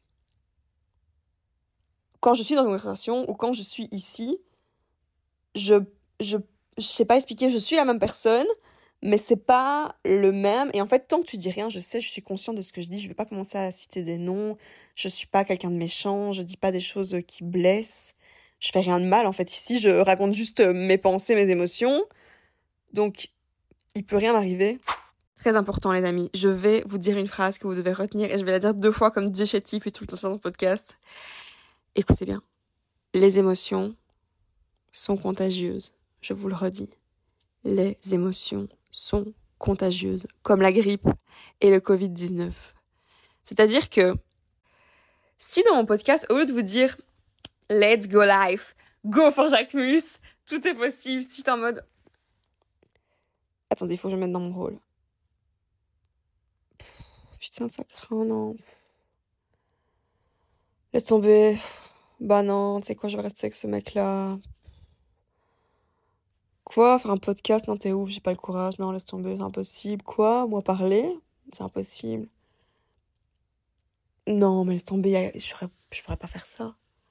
quand je suis dans une conversation, ou quand je suis ici, je... je je sais pas expliquer, je suis la même personne, mais c'est pas le même. Et en fait, tant que tu dis rien, je sais, je suis consciente de ce que je dis. Je vais pas commencer à citer des noms. Je suis pas quelqu'un de méchant. Je dis pas des choses qui blessent. Je fais rien de mal. En fait, ici, je raconte juste mes pensées, mes émotions. Donc, il peut rien m'arriver. Très important, les amis. Je vais vous dire une phrase que vous devez retenir et je vais la dire deux fois comme D J Chetty fait tout le temps dans le podcast. Écoutez bien. Les émotions sont contagieuses. Je vous le redis, les émotions sont contagieuses, comme la grippe et le covid dix-neuf. C'est-à-dire que si dans mon podcast, au lieu de vous dire « Let's go life, go for Jacquemus, tout est possible », si t'es en mode « Attendez, il faut que je me mette dans mon rôle. » Putain, ça craint, non. Laisse tomber. Bah non, tu sais quoi, je vais rester avec ce mec-là. Quoi? Faire un podcast? Non, t'es ouf, j'ai pas le courage. Non, laisse tomber, c'est impossible. Quoi? Moi, parler? C'est impossible. Non, mais laisse tomber, je pourrais, je pourrais pas faire ça.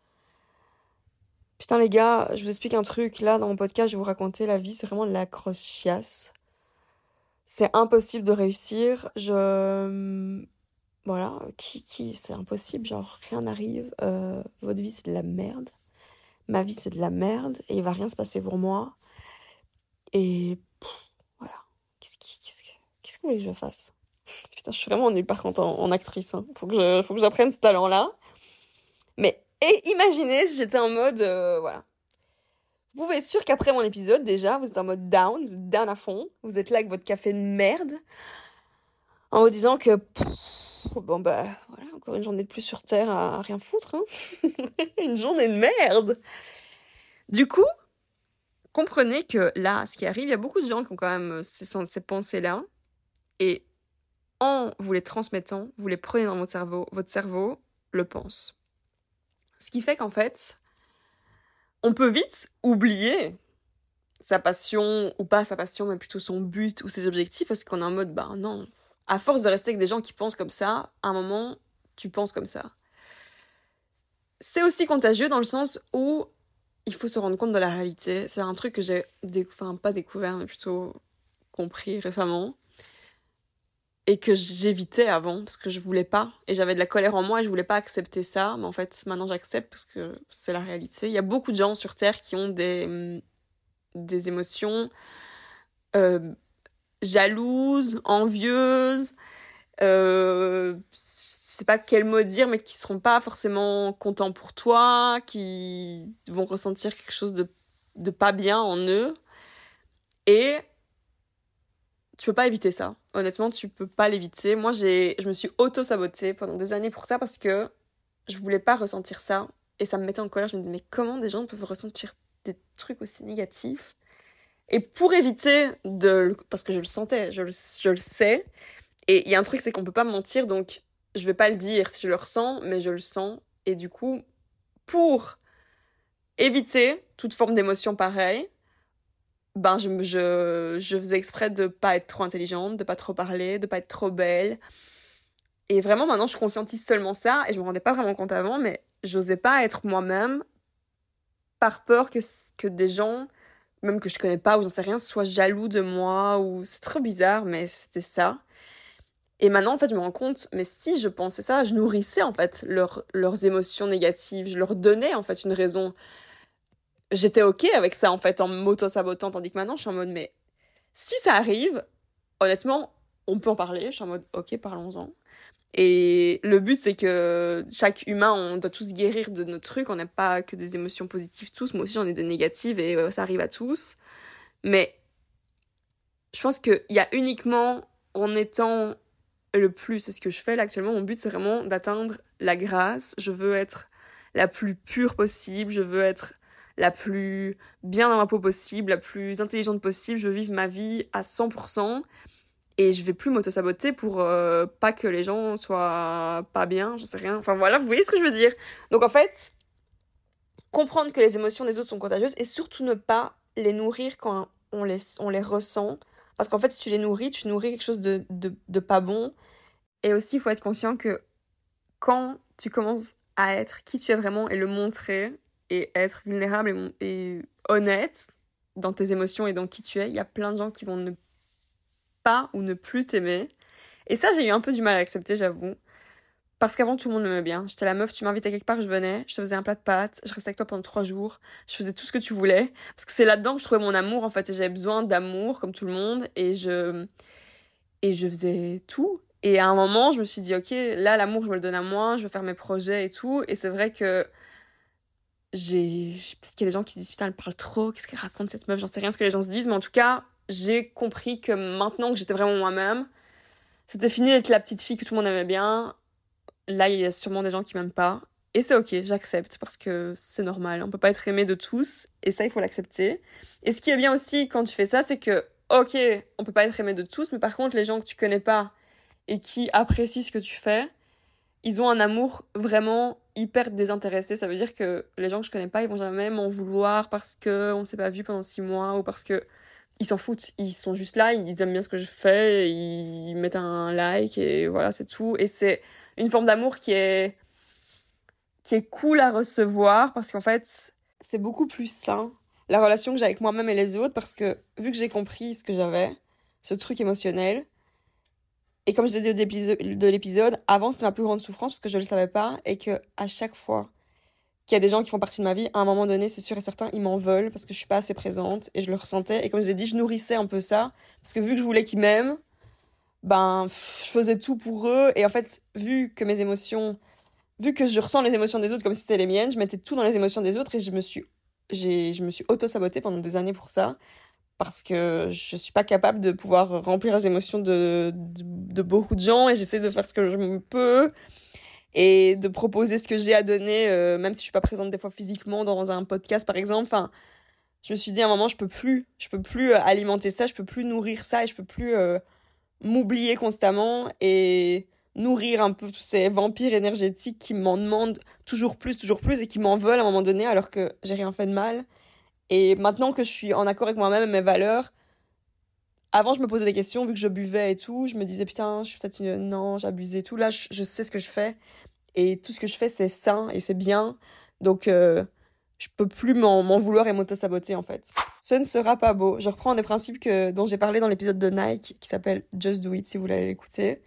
Putain, les gars, je vous explique un truc. Là, dans mon podcast, je vais vous raconter la vie, c'est vraiment de la grosse chiasse. C'est impossible de réussir. Je... Voilà, qui, qui, c'est impossible, genre, rien n'arrive. Euh, votre vie, c'est de la merde. Ma vie, c'est de la merde. Et il va rien se passer pour moi. Et pff, voilà, qu'est-ce, qui, qu'est-ce, que, qu'est-ce que vous voulez que je fasse? Putain, je suis vraiment nulle par contre en, en actrice. Hein. Faut que je, faut que j'apprenne ce talent-là. Mais et imaginez si j'étais en mode, euh, voilà. Vous pouvez être sûr qu'après mon épisode, déjà, vous êtes en mode down, vous êtes down à fond. Vous êtes là avec votre café de merde. En vous disant que, pff, bon bah, voilà, encore une journée de plus sur Terre à, à rien foutre. Hein. Une journée de merde. Du coup, comprenez que là, ce qui arrive, il y a beaucoup de gens qui ont quand même ces, ces pensées-là. Et en vous les transmettant, vous les prenez dans votre cerveau, votre cerveau le pense. Ce qui fait qu'en fait, on peut vite oublier sa passion, ou pas sa passion, mais plutôt son but ou ses objectifs, parce qu'on est en mode, bah non, à force de rester avec des gens qui pensent comme ça, à un moment, tu penses comme ça. C'est aussi contagieux dans le sens où il faut se rendre compte de la réalité. C'est un truc que j'ai, déc- enfin pas découvert, mais plutôt compris récemment. Et que j'évitais avant, parce que je voulais pas. Et j'avais de la colère en moi et je voulais pas accepter ça. Mais en fait, maintenant j'accepte parce que c'est la réalité. Il y a beaucoup de gens sur Terre qui ont des, des émotions euh, jalouses, envieuses, euh, je sais pas quel mot dire, mais qui seront pas forcément contents pour toi, qui vont ressentir quelque chose de, de pas bien en eux. Et tu peux pas éviter ça. Honnêtement, tu peux pas l'éviter. Moi, j'ai, je me suis auto-sabotée pendant des années pour ça parce que je voulais pas ressentir ça. Et ça me mettait en colère. Je me disais, mais comment des gens peuvent ressentir des trucs aussi négatifs? Et pour éviter de... Parce que je le sentais, je le, je le sais. Et il y a un truc, c'est qu'on peut pas me mentir, donc je vais pas le dire si je le ressens, mais je le sens. Et du coup, pour éviter toute forme d'émotion pareille, ben je, je, je faisais exprès de pas être trop intelligente, de pas trop parler, de pas être trop belle. Et vraiment, maintenant, je conscientise seulement ça, et je me rendais pas vraiment compte avant, mais j'osais pas être moi-même par peur que, que des gens, même que je connais pas, ou j'en sais rien, soient jaloux de moi, ou c'est trop bizarre, mais c'était ça. Et maintenant, en fait, je me rends compte, mais si je pensais ça, je nourrissais, en fait, leur, leurs émotions négatives, je leur donnais, en fait, une raison j'étais ok avec ça, en fait, en m'auto-sabotant, tandis que maintenant, je suis en mode, mais si ça arrive, honnêtement, on peut en parler. Je suis en mode, ok, parlons-en. Et le but, c'est que chaque humain, on doit tous guérir de nos trucs. On n'a pas que des émotions positives tous. Moi aussi, j'en ai des négatives et euh, ça arrive à tous. Mais je pense qu'il y a uniquement en étant le plus, c'est ce que je fais là actuellement, mon but, c'est vraiment d'atteindre la grâce. Je veux être la plus pure possible. Je veux être la plus bien dans ma peau possible, la plus intelligente possible. Je veux vivre ma vie à cent pour cent. Et je vais plus m'auto-saboter pour euh, pas que les gens soient pas bien, je sais rien. Enfin voilà, vous voyez ce que je veux dire. Donc en fait, comprendre que les émotions des autres sont contagieuses et surtout ne pas les nourrir quand on les, on les ressent. Parce qu'en fait, si tu les nourris, tu nourris quelque chose de, de, de pas bon. Et aussi, il faut être conscient que quand tu commences à être qui tu es vraiment et le montrer et être vulnérable et, et honnête dans tes émotions et dans qui tu es, il y a plein de gens qui vont ne pas ou ne plus t'aimer. Et ça, j'ai eu un peu du mal à accepter, j'avoue. Parce qu'avant, tout le monde m'aimait bien. J'étais la meuf, tu m'invitais quelque part, je venais, je te faisais un plat de pâtes, je restais avec toi pendant trois jours, je faisais tout ce que tu voulais. Parce que c'est là-dedans que je trouvais mon amour, en fait, et j'avais besoin d'amour, comme tout le monde, et je, et je faisais tout. Et à un moment, je me suis dit, ok, là, l'amour, je me le donne à moi, je veux faire mes projets et tout. Et c'est vrai que j'ai, peut-être qu'il y a des gens qui se disent, putain, elle parle trop, qu'est-ce qu'elle raconte cette meuf, j'en sais rien ce que les gens se disent, mais en tout cas, j'ai compris que maintenant que j'étais vraiment moi-même, c'était fini d'être la petite fille que tout le monde aimait bien. Là, il y a sûrement des gens qui m'aiment pas. Et c'est ok, j'accepte, parce que c'est normal. On peut pas être aimé de tous, et ça, il faut l'accepter. Et ce qui est bien aussi quand tu fais ça, c'est que, ok, on peut pas être aimé de tous, mais par contre, les gens que tu connais pas et qui apprécient ce que tu fais, ils ont un amour vraiment hyper désintéressé. Ça veut dire que les gens que je connais pas, ils vont jamais m'en vouloir parce que on s'est pas vu pendant six mois ou parce que ils s'en foutent. Ils sont juste là, ils aiment bien ce que je fais, ils mettent un like et voilà, c'est tout. Et c'est une forme d'amour qui est qui est cool à recevoir parce qu'en fait, c'est beaucoup plus sain la relation que j'ai avec moi-même et les autres parce que vu que j'ai compris ce que j'avais, ce truc émotionnel, et comme je l'ai dit au début de l'épisode, avant c'était ma plus grande souffrance parce que je le savais pas et que à chaque fois qu'il y a des gens qui font partie de ma vie, à un moment donné, c'est sûr et certain, ils m'en veulent parce que je suis pas assez présente et je le ressentais. Et comme je l'ai dit, je nourrissais un peu ça parce que vu que je voulais qu'ils m'aiment, ben, pff, je faisais tout pour eux. Et en fait, vu que mes émotions, vu que je ressens les émotions des autres comme si c'était les miennes, je mettais tout dans les émotions des autres et je me suis, j'ai, je me suis auto-sabotée pendant des années pour ça parce que je suis pas capable de pouvoir remplir les émotions de, de, de beaucoup de gens et j'essaie de faire ce que je peux et de proposer ce que j'ai à donner, euh, même si je suis pas présente des fois physiquement dans un podcast par exemple. Enfin, je me suis dit à un moment, je peux plus, je peux plus euh, alimenter ça, je peux plus nourrir ça et je peux plus euh, m'oublier constamment et nourrir un peu tous ces vampires énergétiques qui m'en demandent toujours plus, toujours plus et qui m'en veulent à un moment donné alors que j'ai rien fait de mal. Et maintenant que je suis en accord avec moi-même et mes valeurs, avant je me posais des questions vu que je buvais et tout, je me disais putain, je suis peut-être une... Non, j'abusais et tout. Là, je, je sais ce que je fais et tout ce que je fais c'est sain et c'est bien. Donc euh, je peux plus m'en, m'en vouloir et m'auto-saboter en fait. Ce ne sera pas beau. Je reprends des principes que, dont j'ai parlé dans l'épisode de Nike qui s'appelle Just Do It si vous voulez aller l'écouter.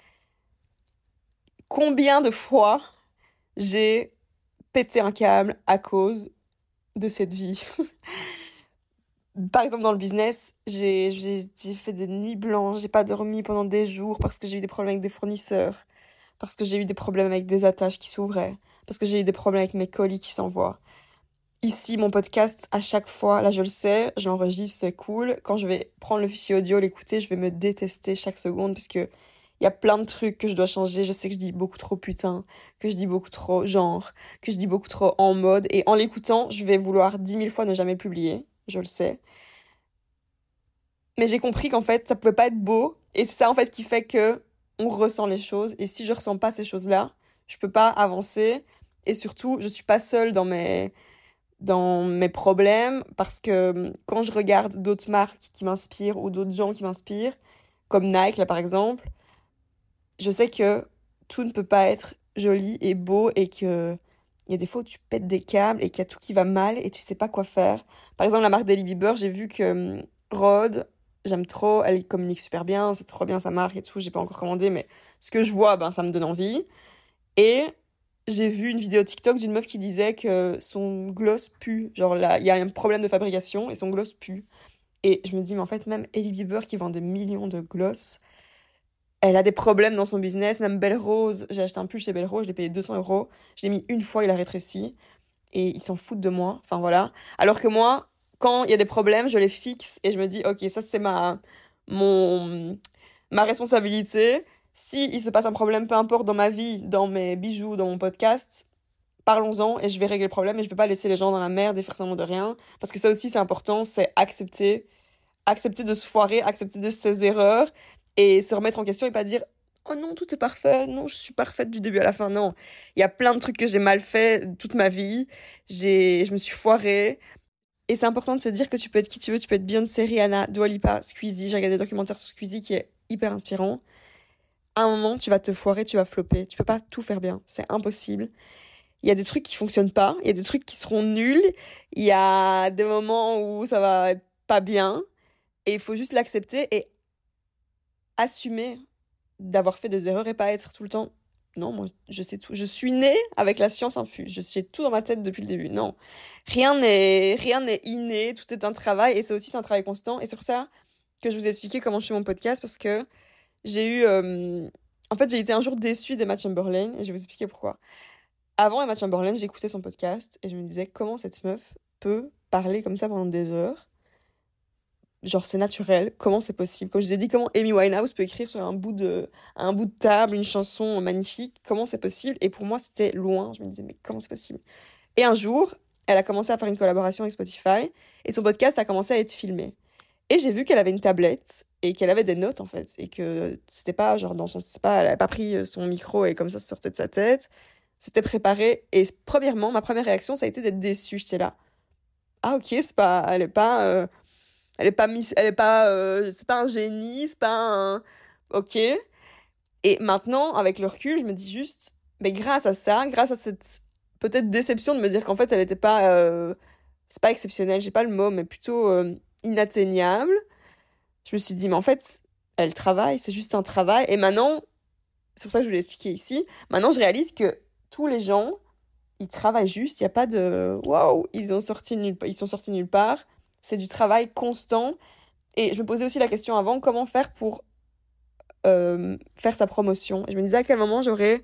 Combien de fois j'ai pété un câble à cause de cette vie? Par exemple, dans le business, j'ai, j'ai, j'ai fait des nuits blanches, j'ai pas dormi pendant des jours parce que j'ai eu des problèmes avec des fournisseurs, parce que j'ai eu des problèmes avec des attaches qui s'ouvraient, parce que j'ai eu des problèmes avec mes colis qui s'envoient. Ici, mon podcast, à chaque fois, là je le sais, je l'enregistre, c'est cool. Quand je vais prendre le fichier audio, l'écouter, je vais me détester chaque seconde parce que il y a plein de trucs que je dois changer. Je sais que je dis beaucoup trop putain, que je dis beaucoup trop genre, que je dis beaucoup trop en mode. Et en l'écoutant, je vais vouloir dix mille fois ne jamais le publier. Je le sais. Mais j'ai compris qu'en fait, ça pouvait pas être beau. Et c'est ça, en fait, qui fait que on ressent les choses. Et si je ressens pas ces choses-là, je peux pas avancer. Et surtout, je suis pas seule dans mes, dans mes problèmes. Parce que quand je regarde d'autres marques qui m'inspirent ou d'autres gens qui m'inspirent, comme Nike, là, par exemple, je sais que tout ne peut pas être joli et beau et que il y a des fois où tu pètes des câbles et qu'il y a tout qui va mal et tu sais pas quoi faire. Par exemple, la marque Daily Bieber, j'ai vu que hum, Rhod, j'aime trop, elle communique super bien, c'est trop bien sa marque et tout, j'ai pas encore commandé, mais ce que je vois, ben, ça me donne envie. Et j'ai vu une vidéo TikTok d'une meuf qui disait que son gloss pue. Genre là, il y a un problème de fabrication et son gloss pue. Et je me dis, mais en fait, même Hailey Bieber qui vend des millions de gloss, elle a des problèmes dans son business. Même Belle Rose, j'ai acheté un pull chez Belle Rose, je l'ai payé deux cents euros. Je l'ai mis une fois, il a rétréci. Et ils s'en foutent de moi. Enfin voilà. Alors que moi, quand il y a des problèmes, je les fixe et je me dis, ok, ça c'est ma, mon, ma responsabilité. Si il se passe un problème, peu importe dans ma vie, dans mes bijoux, dans mon podcast, parlons-en et je vais régler le problème et je vais pas laisser les gens dans la merde et faire semblant de rien. Parce que ça aussi c'est important, c'est accepter, accepter de se foirer, accepter de ses erreurs et se remettre en question et pas dire oh non, tout est parfait, non, je suis parfaite du début à la fin, non. Il y a plein de trucs que j'ai mal fait toute ma vie, j'ai, je me suis foirée. Et c'est important de se dire que tu peux être qui tu veux, tu peux être Beyoncé, Rihanna, Dua Lipa, Squeezie, j'ai regardé des documentaires sur Squeezie qui est hyper inspirant. À un moment, tu vas te foirer, tu vas flopper, tu peux pas tout faire bien, c'est impossible. Il y a des trucs qui fonctionnent pas, il y a des trucs qui seront nuls, il y a des moments où ça va être pas bien, et il faut juste l'accepter et assumer d'avoir fait des erreurs et pas être tout le temps non, moi je sais tout, je suis née avec la science infuse, je j'ai tout dans ma tête depuis le début. Non, rien n'est rien n'est inné, tout est un travail et c'est aussi un travail constant et c'est pour ça que je vous ai expliqué comment je fais mon podcast parce que j'ai eu euh, en fait j'ai été un jour déçue d'Emma Chamberlain et je vais vous expliquer pourquoi. Avant Emma Chamberlain, j'écoutais son podcast et je me disais comment cette meuf peut parler comme ça pendant des heures. Genre, c'est naturel. Comment c'est possible? Comme je vous ai dit, comment Amy Winehouse peut écrire sur un bout de, un bout de table une chanson magnifique? Comment c'est possible? Et pour moi, c'était loin. Je me disais, mais comment c'est possible? Et un jour, elle a commencé à faire une collaboration avec Spotify et son podcast a commencé à être filmé. Et j'ai vu qu'elle avait une tablette et qu'elle avait des notes, en fait. Et que c'était pas, genre, dans son, c'est pas, elle avait pas pris son micro et comme ça, ça sortait de sa tête. C'était préparé. Et premièrement, ma première réaction, ça a été d'être déçue. J'étais là. Ah, ok, c'est pas, elle est pas, euh, Elle est pas mis, elle est pas, euh, c'est pas un génie, c'est pas un, ok. Et maintenant, avec le recul, je me dis juste, mais grâce à ça, grâce à cette peut-être déception de me dire qu'en fait, elle était pas, euh, c'est pas exceptionnel, j'ai pas le mot, mais plutôt euh, inatteignable. Je me suis dit, mais en fait, elle travaille, c'est juste un travail. Et maintenant, c'est pour ça que je vous l'ai expliqué ici. Maintenant, je réalise que tous les gens, ils travaillent juste. Il y a pas de, waouh, ils ont sorti nulle, ils sont sortis nulle part. C'est du travail constant. Et je me posais aussi la question avant, comment faire pour euh, faire sa promotion. Et je me disais à quel moment j'aurais,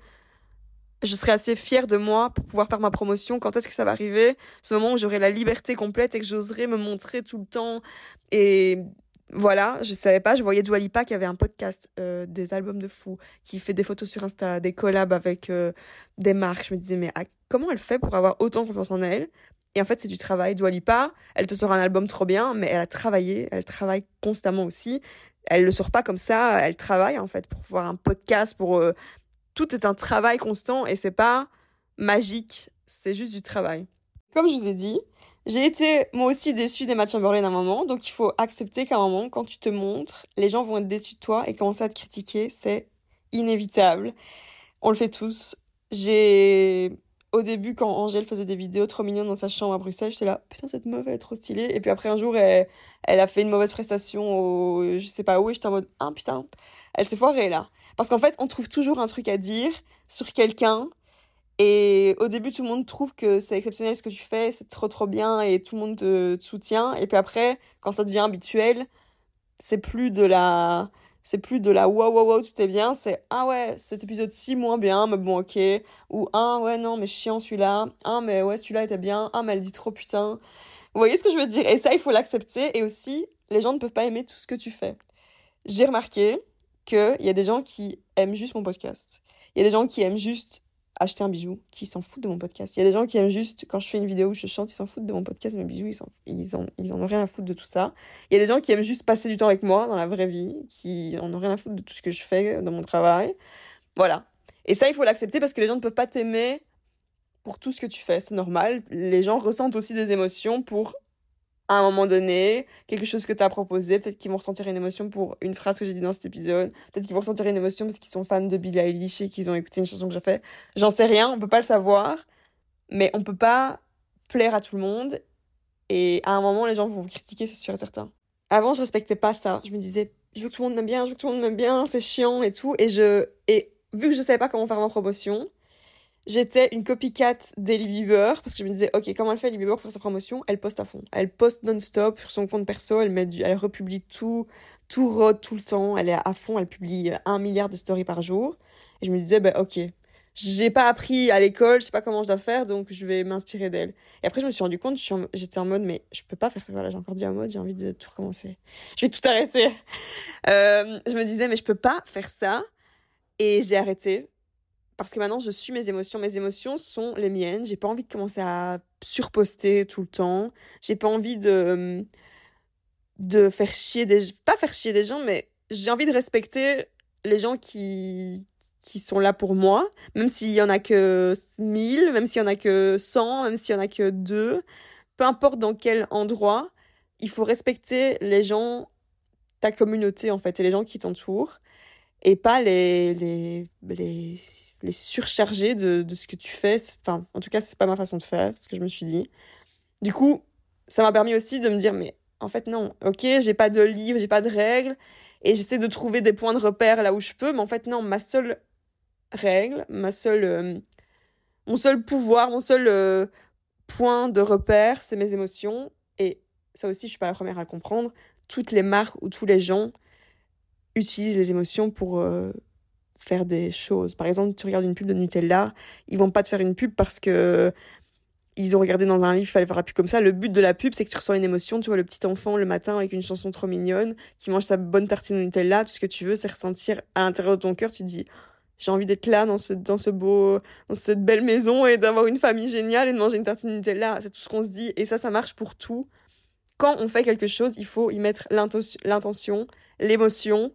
je serais assez fière de moi pour pouvoir faire ma promotion. Quand est-ce que ça va arriver? Ce moment où j'aurai la liberté complète et que j'oserais me montrer tout le temps. Et voilà, je savais pas. Je voyais Dua Lipa qui avait un podcast, euh, des albums de fous, qui fait des photos sur Insta, des collabs avec euh, des marques. Je me disais, mais à, comment elle fait pour avoir autant confiance en elle? Et en fait, c'est du travail. Dua Lipa, elle te sort un album trop bien, mais elle a travaillé, elle travaille constamment aussi. Elle le sort pas comme ça, elle travaille en fait pour pouvoir un podcast, pour euh, tout est un travail constant et c'est pas magique, c'est juste du travail. Comme je vous ai dit, j'ai été moi aussi déçue d'Emma Chamberlain à un moment, donc il faut accepter qu'à un moment, quand tu te montres, les gens vont être déçus de toi et commencer à te critiquer, c'est inévitable. On le fait tous. J'ai au début, quand Angèle faisait des vidéos trop mignonnes dans sa chambre à Bruxelles, j'étais là, putain, cette meuf, elle est trop stylée. Et puis après, un jour, elle, elle a fait une mauvaise prestation au, je sais pas où, et j'étais en mode, ah putain, elle s'est foirée là. Parce qu'en fait, on trouve toujours un truc à dire sur quelqu'un. Et au début, tout le monde trouve que c'est exceptionnel ce que tu fais, c'est trop trop bien, et tout le monde te, te soutient. Et puis après, quand ça devient habituel, c'est plus de la c'est plus de la waouh waouh waouh tout est bien, c'est ah ouais cet épisode-ci moins bien mais bon ok, ou ah ouais non mais chiant celui-là, ah mais ouais celui-là était bien, ah mais elle dit trop putain. Vous voyez ce que je veux dire? Et ça il faut l'accepter. Et aussi les gens ne peuvent pas aimer tout ce que tu fais. J'ai remarqué qu'il y a des gens qui aiment juste mon podcast, il y a des gens qui aiment juste acheter un bijou, qui s'en foutent de mon podcast. Il y a des gens qui aiment juste, quand je fais une vidéo où je chante, ils s'en foutent de mon podcast, mes bijoux, ils, s'en, ils, en, ils en ont rien à foutre de tout ça. Il y a des gens qui aiment juste passer du temps avec moi dans la vraie vie, qui en ont rien à foutre de tout ce que je fais dans mon travail. Voilà. Et ça, il faut l'accepter parce que les gens ne peuvent pas t'aimer pour tout ce que tu fais. C'est normal. Les gens ressentent aussi des émotions pour, à un moment donné, quelque chose que tu as proposé. Peut-être qu'ils vont ressentir une émotion pour une phrase que j'ai dit dans cet épisode. Peut-être qu'ils vont ressentir une émotion parce qu'ils sont fans de Billie Eilish et qu'ils ont écouté une chanson que j'ai faite. J'en sais rien, on peut pas le savoir. Mais on peut pas plaire à tout le monde. Et à un moment, les gens vont vous critiquer, c'est sûr et certain. Avant, je respectais pas ça. Je me disais, je veux que tout le monde m'aime bien, je veux que tout le monde m'aime bien, c'est chiant et tout. Et je, et vu que je savais pas comment faire ma promotion, j'étais une copycat d'Hailey Bieber parce que je me disais, ok, comment elle fait Hailey Bieber pour faire sa promotion? Elle poste à fond. Elle poste non-stop sur son compte perso, elle met du, elle republie tout, tout rôde tout le temps. Elle est à fond, elle publie un milliard de stories par jour. Et je me disais, bah ok, j'ai pas appris à l'école, je sais pas comment je dois faire, donc je vais m'inspirer d'elle. Et après, je me suis rendu compte, je suis en- j'étais en mode, mais je peux pas faire ça. Voilà, j'ai encore dit en mode, j'ai envie de tout recommencer. Je vais tout arrêter. Euh, je me disais, mais je peux pas faire ça. Et j'ai arrêté. Parce que maintenant, je suis mes émotions. Mes émotions sont les miennes. J'ai pas envie de commencer à surposter tout le temps. J'ai pas envie de, de faire chier des... Pas faire chier des gens, mais j'ai envie de respecter les gens qui, qui sont là pour moi. Même s'il y en a que mille, même s'il y en a que cent, même s'il y en a que deux. Peu importe dans quel endroit, il faut respecter les gens, ta communauté, en fait, et les gens qui t'entourent. Et pas les, les, les, les surcharger de, de ce que tu fais. Enfin, en tout cas, c'est pas ma façon de faire, ce que je me suis dit. Du coup, ça m'a permis aussi de me dire, mais en fait, non, ok, j'ai pas de livre, j'ai pas de règles, et j'essaie de trouver des points de repère là où je peux, mais en fait, non, ma seule règle, ma seule, euh, mon seul pouvoir, mon seul euh, point de repère, c'est mes émotions. Et ça aussi, je suis pas la première à le comprendre. Toutes les marques ou tous les gens utilisent les émotions pour euh, faire des choses. Par exemple, tu regardes une pub de Nutella, ils vont pas te faire une pub parce que ils ont regardé dans un livre, il fallait faire la pub comme ça. Le but de la pub, c'est que tu ressens une émotion. Tu vois le petit enfant le matin avec une chanson trop mignonne, qui mange sa bonne tartine de Nutella. Tout ce que tu veux, c'est ressentir à l'intérieur de ton cœur, tu te dis, j'ai envie d'être là dans ce, dans ce beau, dans cette belle maison et d'avoir une famille géniale et de manger une tartine de Nutella. C'est tout ce qu'on se dit. Et ça, ça marche pour tout. Quand on fait quelque chose, il faut y mettre l'intention, l'intention, l'émotion.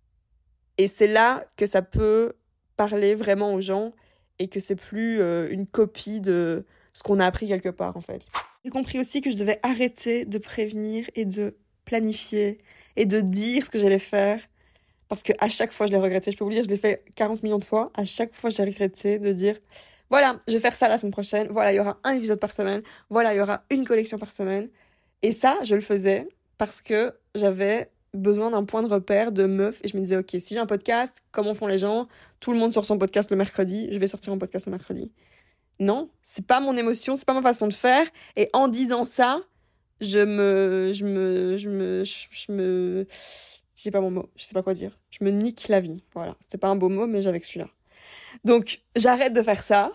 Et c'est là que ça peut parler vraiment aux gens et que c'est plus euh, une copie de ce qu'on a appris quelque part, en fait. J'ai compris aussi que je devais arrêter de prévenir et de planifier et de dire ce que j'allais faire parce qu'à chaque fois, je l'ai regretté. Je peux vous le dire, je l'ai fait quarante millions de fois. À chaque fois, j'ai regretté de dire voilà, je vais faire ça la semaine prochaine. Voilà, il y aura un épisode par semaine. Voilà, il y aura une collection par semaine. Et ça, je le faisais parce que j'avais besoin d'un point de repère de meuf et je me disais ok, si j'ai un podcast, comment font les gens? Tout le monde sort son podcast le mercredi, je vais sortir mon podcast le mercredi. Non, c'est pas mon émotion, c'est pas ma façon de faire. Et en disant ça, je me, je me, je me, je, je me, j'ai pas mon mot, je sais pas quoi dire. Je me nique la vie. Voilà, c'était pas un beau mot, mais j'avais que celui-là. Donc j'arrête de faire ça.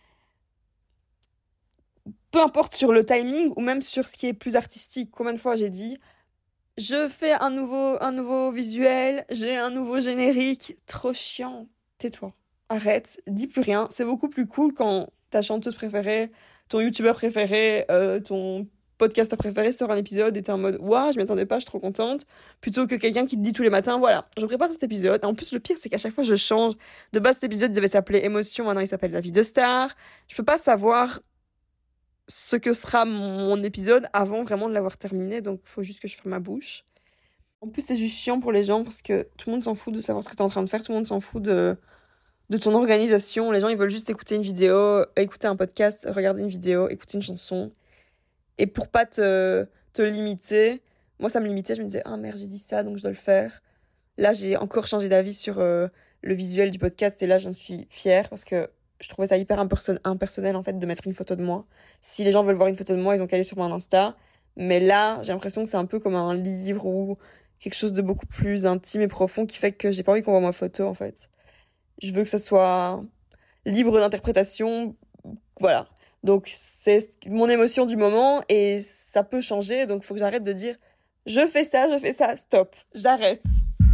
Peu importe sur le timing ou même sur ce qui est plus artistique. Combien de fois j'ai dit je fais un nouveau, un nouveau visuel, j'ai un nouveau générique. Trop chiant. Tais-toi. Arrête, dis plus rien. C'est beaucoup plus cool quand ta chanteuse préférée, ton youtubeur préféré, euh, ton podcasteur préféré sort un épisode et t'es en mode waouh, je m'y attendais pas, je suis trop contente. Plutôt que quelqu'un qui te dit tous les matins voilà, je prépare cet épisode. Et en plus, le pire, c'est qu'à chaque fois, je change. De base, cet épisode devait s'appeler Émotion, maintenant il s'appelle La vie de star. Je peux pas savoir ce que sera mon épisode avant vraiment de l'avoir terminé, donc il faut juste que je ferme ma bouche. En plus, c'est juste chiant pour les gens parce que tout le monde s'en fout de savoir ce que tu es en train de faire, tout le monde s'en fout de, de ton organisation. Les gens, ils veulent juste écouter une vidéo, écouter un podcast, regarder une vidéo, écouter une chanson. Et pour pas te, te limiter, moi ça me limitait, je me disais, ah merde, j'ai dit ça, donc je dois le faire. Là, j'ai encore changé d'avis sur euh, le visuel du podcast et là, j'en suis fière parce que je trouvais ça hyper imperson- impersonnel en fait de mettre une photo de moi. Si les gens veulent voir une photo de moi, ils ont qu'à aller sur mon Insta. Mais là, j'ai l'impression que c'est un peu comme un livre ou quelque chose de beaucoup plus intime et profond qui fait que j'ai pas envie qu'on voit ma photo en fait. Je veux que ça soit libre d'interprétation. Voilà. Donc c'est mon émotion du moment et ça peut changer. Donc il faut que j'arrête de dire je fais ça, je fais ça, stop. J'arrête.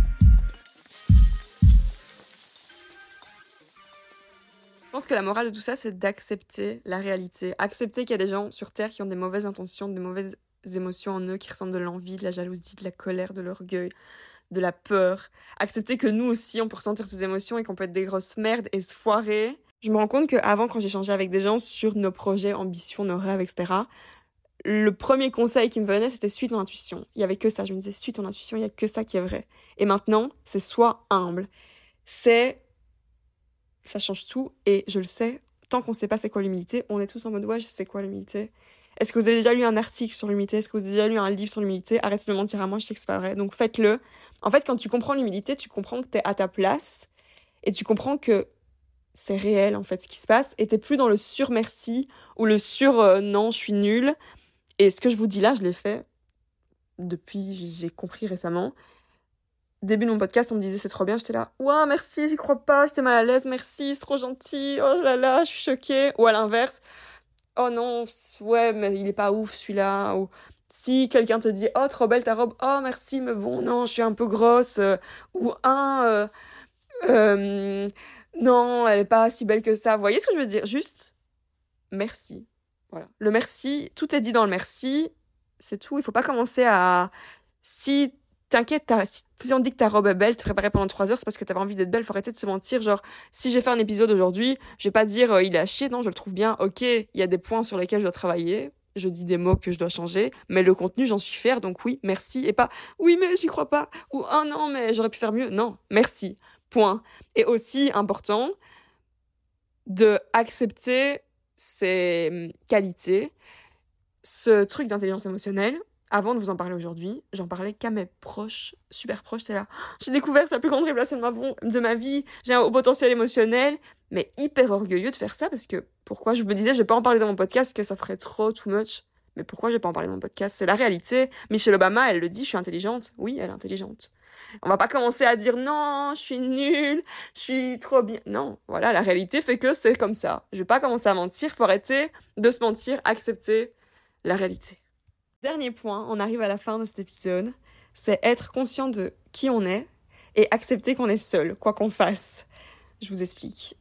Je pense que la morale de tout ça, c'est d'accepter la réalité. Accepter qu'il y a des gens sur Terre qui ont des mauvaises intentions, des mauvaises émotions en eux, qui ressentent de l'envie, de la jalousie, de la colère, de l'orgueil, de la peur. Accepter que nous aussi, on peut ressentir ces émotions et qu'on peut être des grosses merdes et se foirer. Je me rends compte qu'avant, quand j'échangeais avec des gens sur nos projets, ambitions, nos rêves, et cetera, le premier conseil qui me venait, c'était « suis ton intuition ». Il y avait que ça. Je me disais « suis ton intuition », il y a que ça qui est vrai. Et maintenant, c'est « sois humble ». C'est... Ça change tout et je le sais, tant qu'on ne sait pas c'est quoi l'humilité, on est tous en mode ouais, je sais quoi l'humilité. Est-ce que vous avez déjà lu un article sur l'humilité? Est-ce que vous avez déjà lu un livre sur l'humilité? Arrêtez de me mentir à moi, je sais que c'est pas vrai. Donc faites-le. En fait, quand tu comprends l'humilité, tu comprends que t'es à ta place et tu comprends que c'est réel en fait ce qui se passe, et t'es plus dans le sur-merci ou le sur euh, non, je suis nulle. Et ce que je vous dis là, je l'ai fait depuis, j'ai compris récemment. Début de mon podcast, on me disait c'est trop bien, j'étais là, ouah, merci, j'y crois pas, j'étais mal à l'aise, merci, c'est trop gentil, oh là là, je suis choquée. Ou à l'inverse, oh non, ouais, mais il est pas ouf celui-là. Ou si quelqu'un te dit, oh, trop belle ta robe, oh merci, mais bon, non, je suis un peu grosse. euh, Ou un, euh, euh, non, elle est pas si belle que ça. Vous voyez ce que je veux dire? Juste, merci. Voilà. Le merci, tout est dit dans le merci, c'est tout. Il faut pas commencer à... Si t'inquiète, t'as- si on dit que ta robe est belle, t'es préparée pendant trois heures, c'est parce que t'avais envie d'être belle, faut arrêter de se mentir. Genre, si j'ai fait un épisode aujourd'hui, je vais pas dire euh, il est à chier, non, je le trouve bien. Ok, il y a des points sur lesquels je dois travailler, je dis des mots que je dois changer, mais le contenu, j'en suis fière, donc oui, merci. Et pas oui, mais j'y crois pas, ou ah non, mais j'aurais pu faire mieux. Non, merci. Point. Et aussi important de accepter ses hum, qualités, ce truc d'intelligence émotionnelle. Avant de vous en parler aujourd'hui, j'en parlais qu'à mes proches, super proches, c'est là. J'ai découvert sa plus grande révélation de ma, de ma vie, j'ai un haut potentiel émotionnel, mais hyper orgueilleux de faire ça, parce que pourquoi je me disais, je vais pas en parler dans mon podcast, que ça ferait trop, too much. Mais pourquoi je vais pas en parler dans mon podcast? C'est la réalité. Michelle Obama, elle le dit, je suis intelligente. Oui, elle est intelligente. On va pas commencer à dire non, je suis nulle, je suis trop bien. Non, voilà, la réalité fait que c'est comme ça. Je vais pas commencer à mentir, faut arrêter de se mentir, accepter la réalité. Dernier point, on arrive à la fin de cet épisode, c'est être conscient de qui on est et accepter qu'on est seul, quoi qu'on fasse. Je vous explique.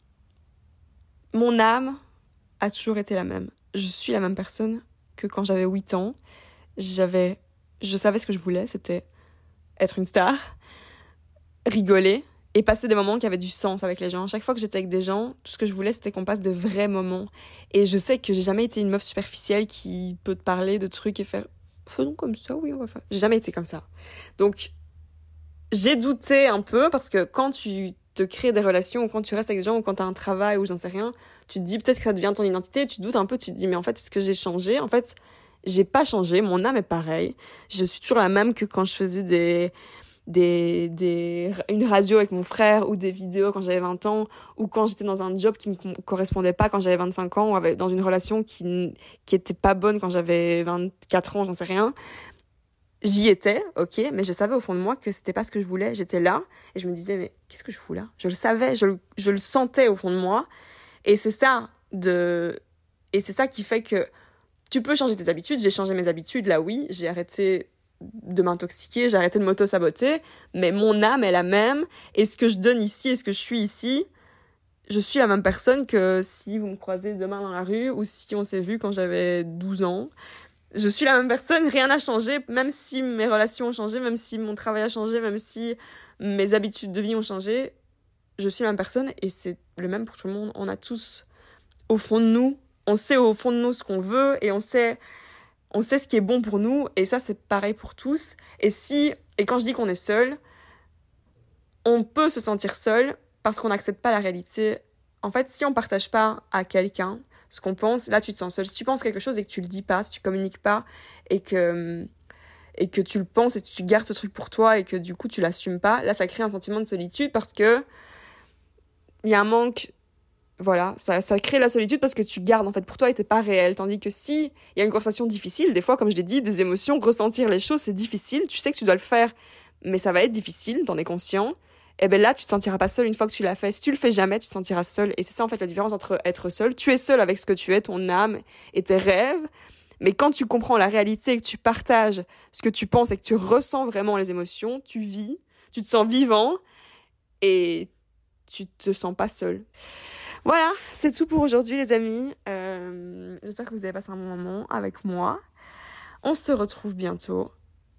Mon âme a toujours été la même. Je suis la même personne que quand j'avais huit ans. J'avais, je savais ce que je voulais, c'était être une star, rigoler et passer des moments qui avaient du sens avec les gens. À chaque fois que j'étais avec des gens, tout ce que je voulais, c'était qu'on passe des vrais moments. Et je sais que j'ai jamais été une meuf superficielle qui peut te parler de trucs et faire « faisons comme ça, oui, on va faire... » J'ai jamais été comme ça. Donc, j'ai douté un peu parce que quand tu te crées des relations ou quand tu restes avec des gens ou quand tu as un travail ou j'en sais rien, tu te dis peut-être que ça devient ton identité, tu doutes un peu, tu te dis « mais en fait, est-ce que j'ai changé ?» En fait, j'ai pas changé, mon âme est pareille. Je suis toujours la même que quand je faisais des... Des, des, une radio avec mon frère ou des vidéos quand j'avais vingt ans ou quand j'étais dans un job qui me correspondait pas quand j'avais vingt-cinq ans ou avec, dans une relation qui, qui était pas bonne quand j'avais vingt-quatre ans, j'en sais rien. J'y étais, ok, mais je savais au fond de moi que c'était pas ce que je voulais. J'étais là et je me disais, mais qu'est-ce que je fous là? Je le savais, je le, je le sentais au fond de moi. Et c'est ça de, et c'est ça qui fait que tu peux changer tes habitudes. J'ai changé mes habitudes, là oui, j'ai arrêté de m'intoxiquer, j'ai arrêté de m'auto-saboter, mais mon âme est la même, et ce que je donne ici et ce que je suis ici, je suis la même personne que si vous me croisez demain dans la rue, ou si on s'est vu quand j'avais douze ans. Je suis la même personne, rien n'a changé, même si mes relations ont changé, même si mon travail a changé, même si mes habitudes de vie ont changé, je suis la même personne, et c'est le même pour tout le monde. On a tous, au fond de nous, on sait au fond de nous ce qu'on veut, et on sait... On sait ce qui est bon pour nous, et ça, c'est pareil pour tous. Et si, et quand je dis qu'on est seul, on peut se sentir seul parce qu'on n'accepte pas la réalité. En fait, si on partage pas à quelqu'un ce qu'on pense, là, tu te sens seul. Si tu penses quelque chose et que tu le dis pas, si tu communiques pas, et que, et que tu le penses et que tu gardes ce truc pour toi et que du coup, tu l'assumes pas, là, ça crée un sentiment de solitude parce que il y a un manque. Voilà, ça, ça crée la solitude parce que tu gardes en fait pour toi et t'es pas réel. Tandis que si il y a une conversation difficile, des fois, comme je l'ai dit, des émotions, ressentir les choses, c'est difficile. Tu sais que tu dois le faire, mais ça va être difficile, t'en es conscient. Et ben là, tu te sentiras pas seul une fois que tu l'as fait. Si tu le fais jamais, tu te sentiras seul. Et c'est ça en fait la différence entre être seul. Tu es seul avec ce que tu es, ton âme et tes rêves. Mais quand tu comprends la réalité, que tu partages ce que tu penses et que tu ressens vraiment les émotions, tu vis, tu te sens vivant et tu te sens pas seul. Voilà, c'est tout pour aujourd'hui les amis. Euh, j'espère que vous avez passé un bon moment avec moi. On se retrouve bientôt.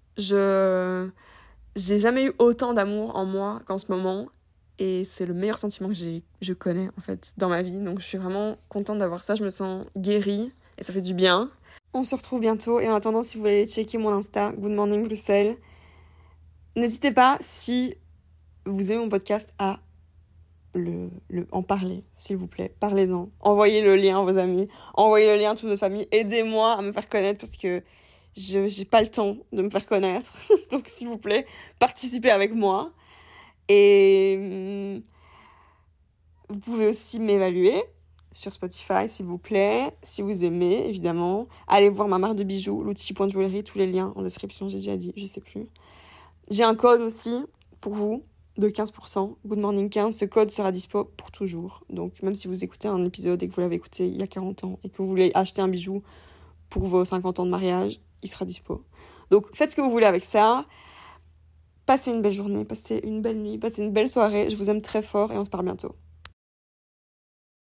Je j'ai jamais eu autant d'amour en moi qu'en ce moment et c'est le meilleur sentiment que j'ai je connais en fait dans ma vie. Donc je suis vraiment contente d'avoir ça, je me sens guérie et ça fait du bien. On se retrouve bientôt et en attendant si vous voulez checker mon Insta Good Morning Bruxelles, n'hésitez pas si vous aimez mon podcast à Le, le, en parler, s'il vous plaît. Parlez-en. Envoyez le lien à vos amis. Envoyez le lien à toute votre famille. Aidez-moi à me faire connaître parce que je j'ai pas le temps de me faire connaître. Donc, s'il vous plaît, participez avec moi. Et Vous pouvez aussi m'évaluer sur Spotify, s'il vous plaît, si vous aimez, évidemment. Allez voir ma marque de bijoux, l'outil.jewelry, tous les liens en description, j'ai déjà dit, je sais plus. J'ai un code aussi pour vous de quinze pour cent, Good Morning quinze. Ce code sera dispo pour toujours. Donc même si vous écoutez un épisode et que vous l'avez écouté il y a quarante ans et que vous voulez acheter un bijou pour vos cinquante ans de mariage, il sera dispo. Donc faites ce que vous voulez avec ça. Passez une belle journée, passez une belle nuit, passez une belle soirée. Je vous aime très fort et on se parle bientôt.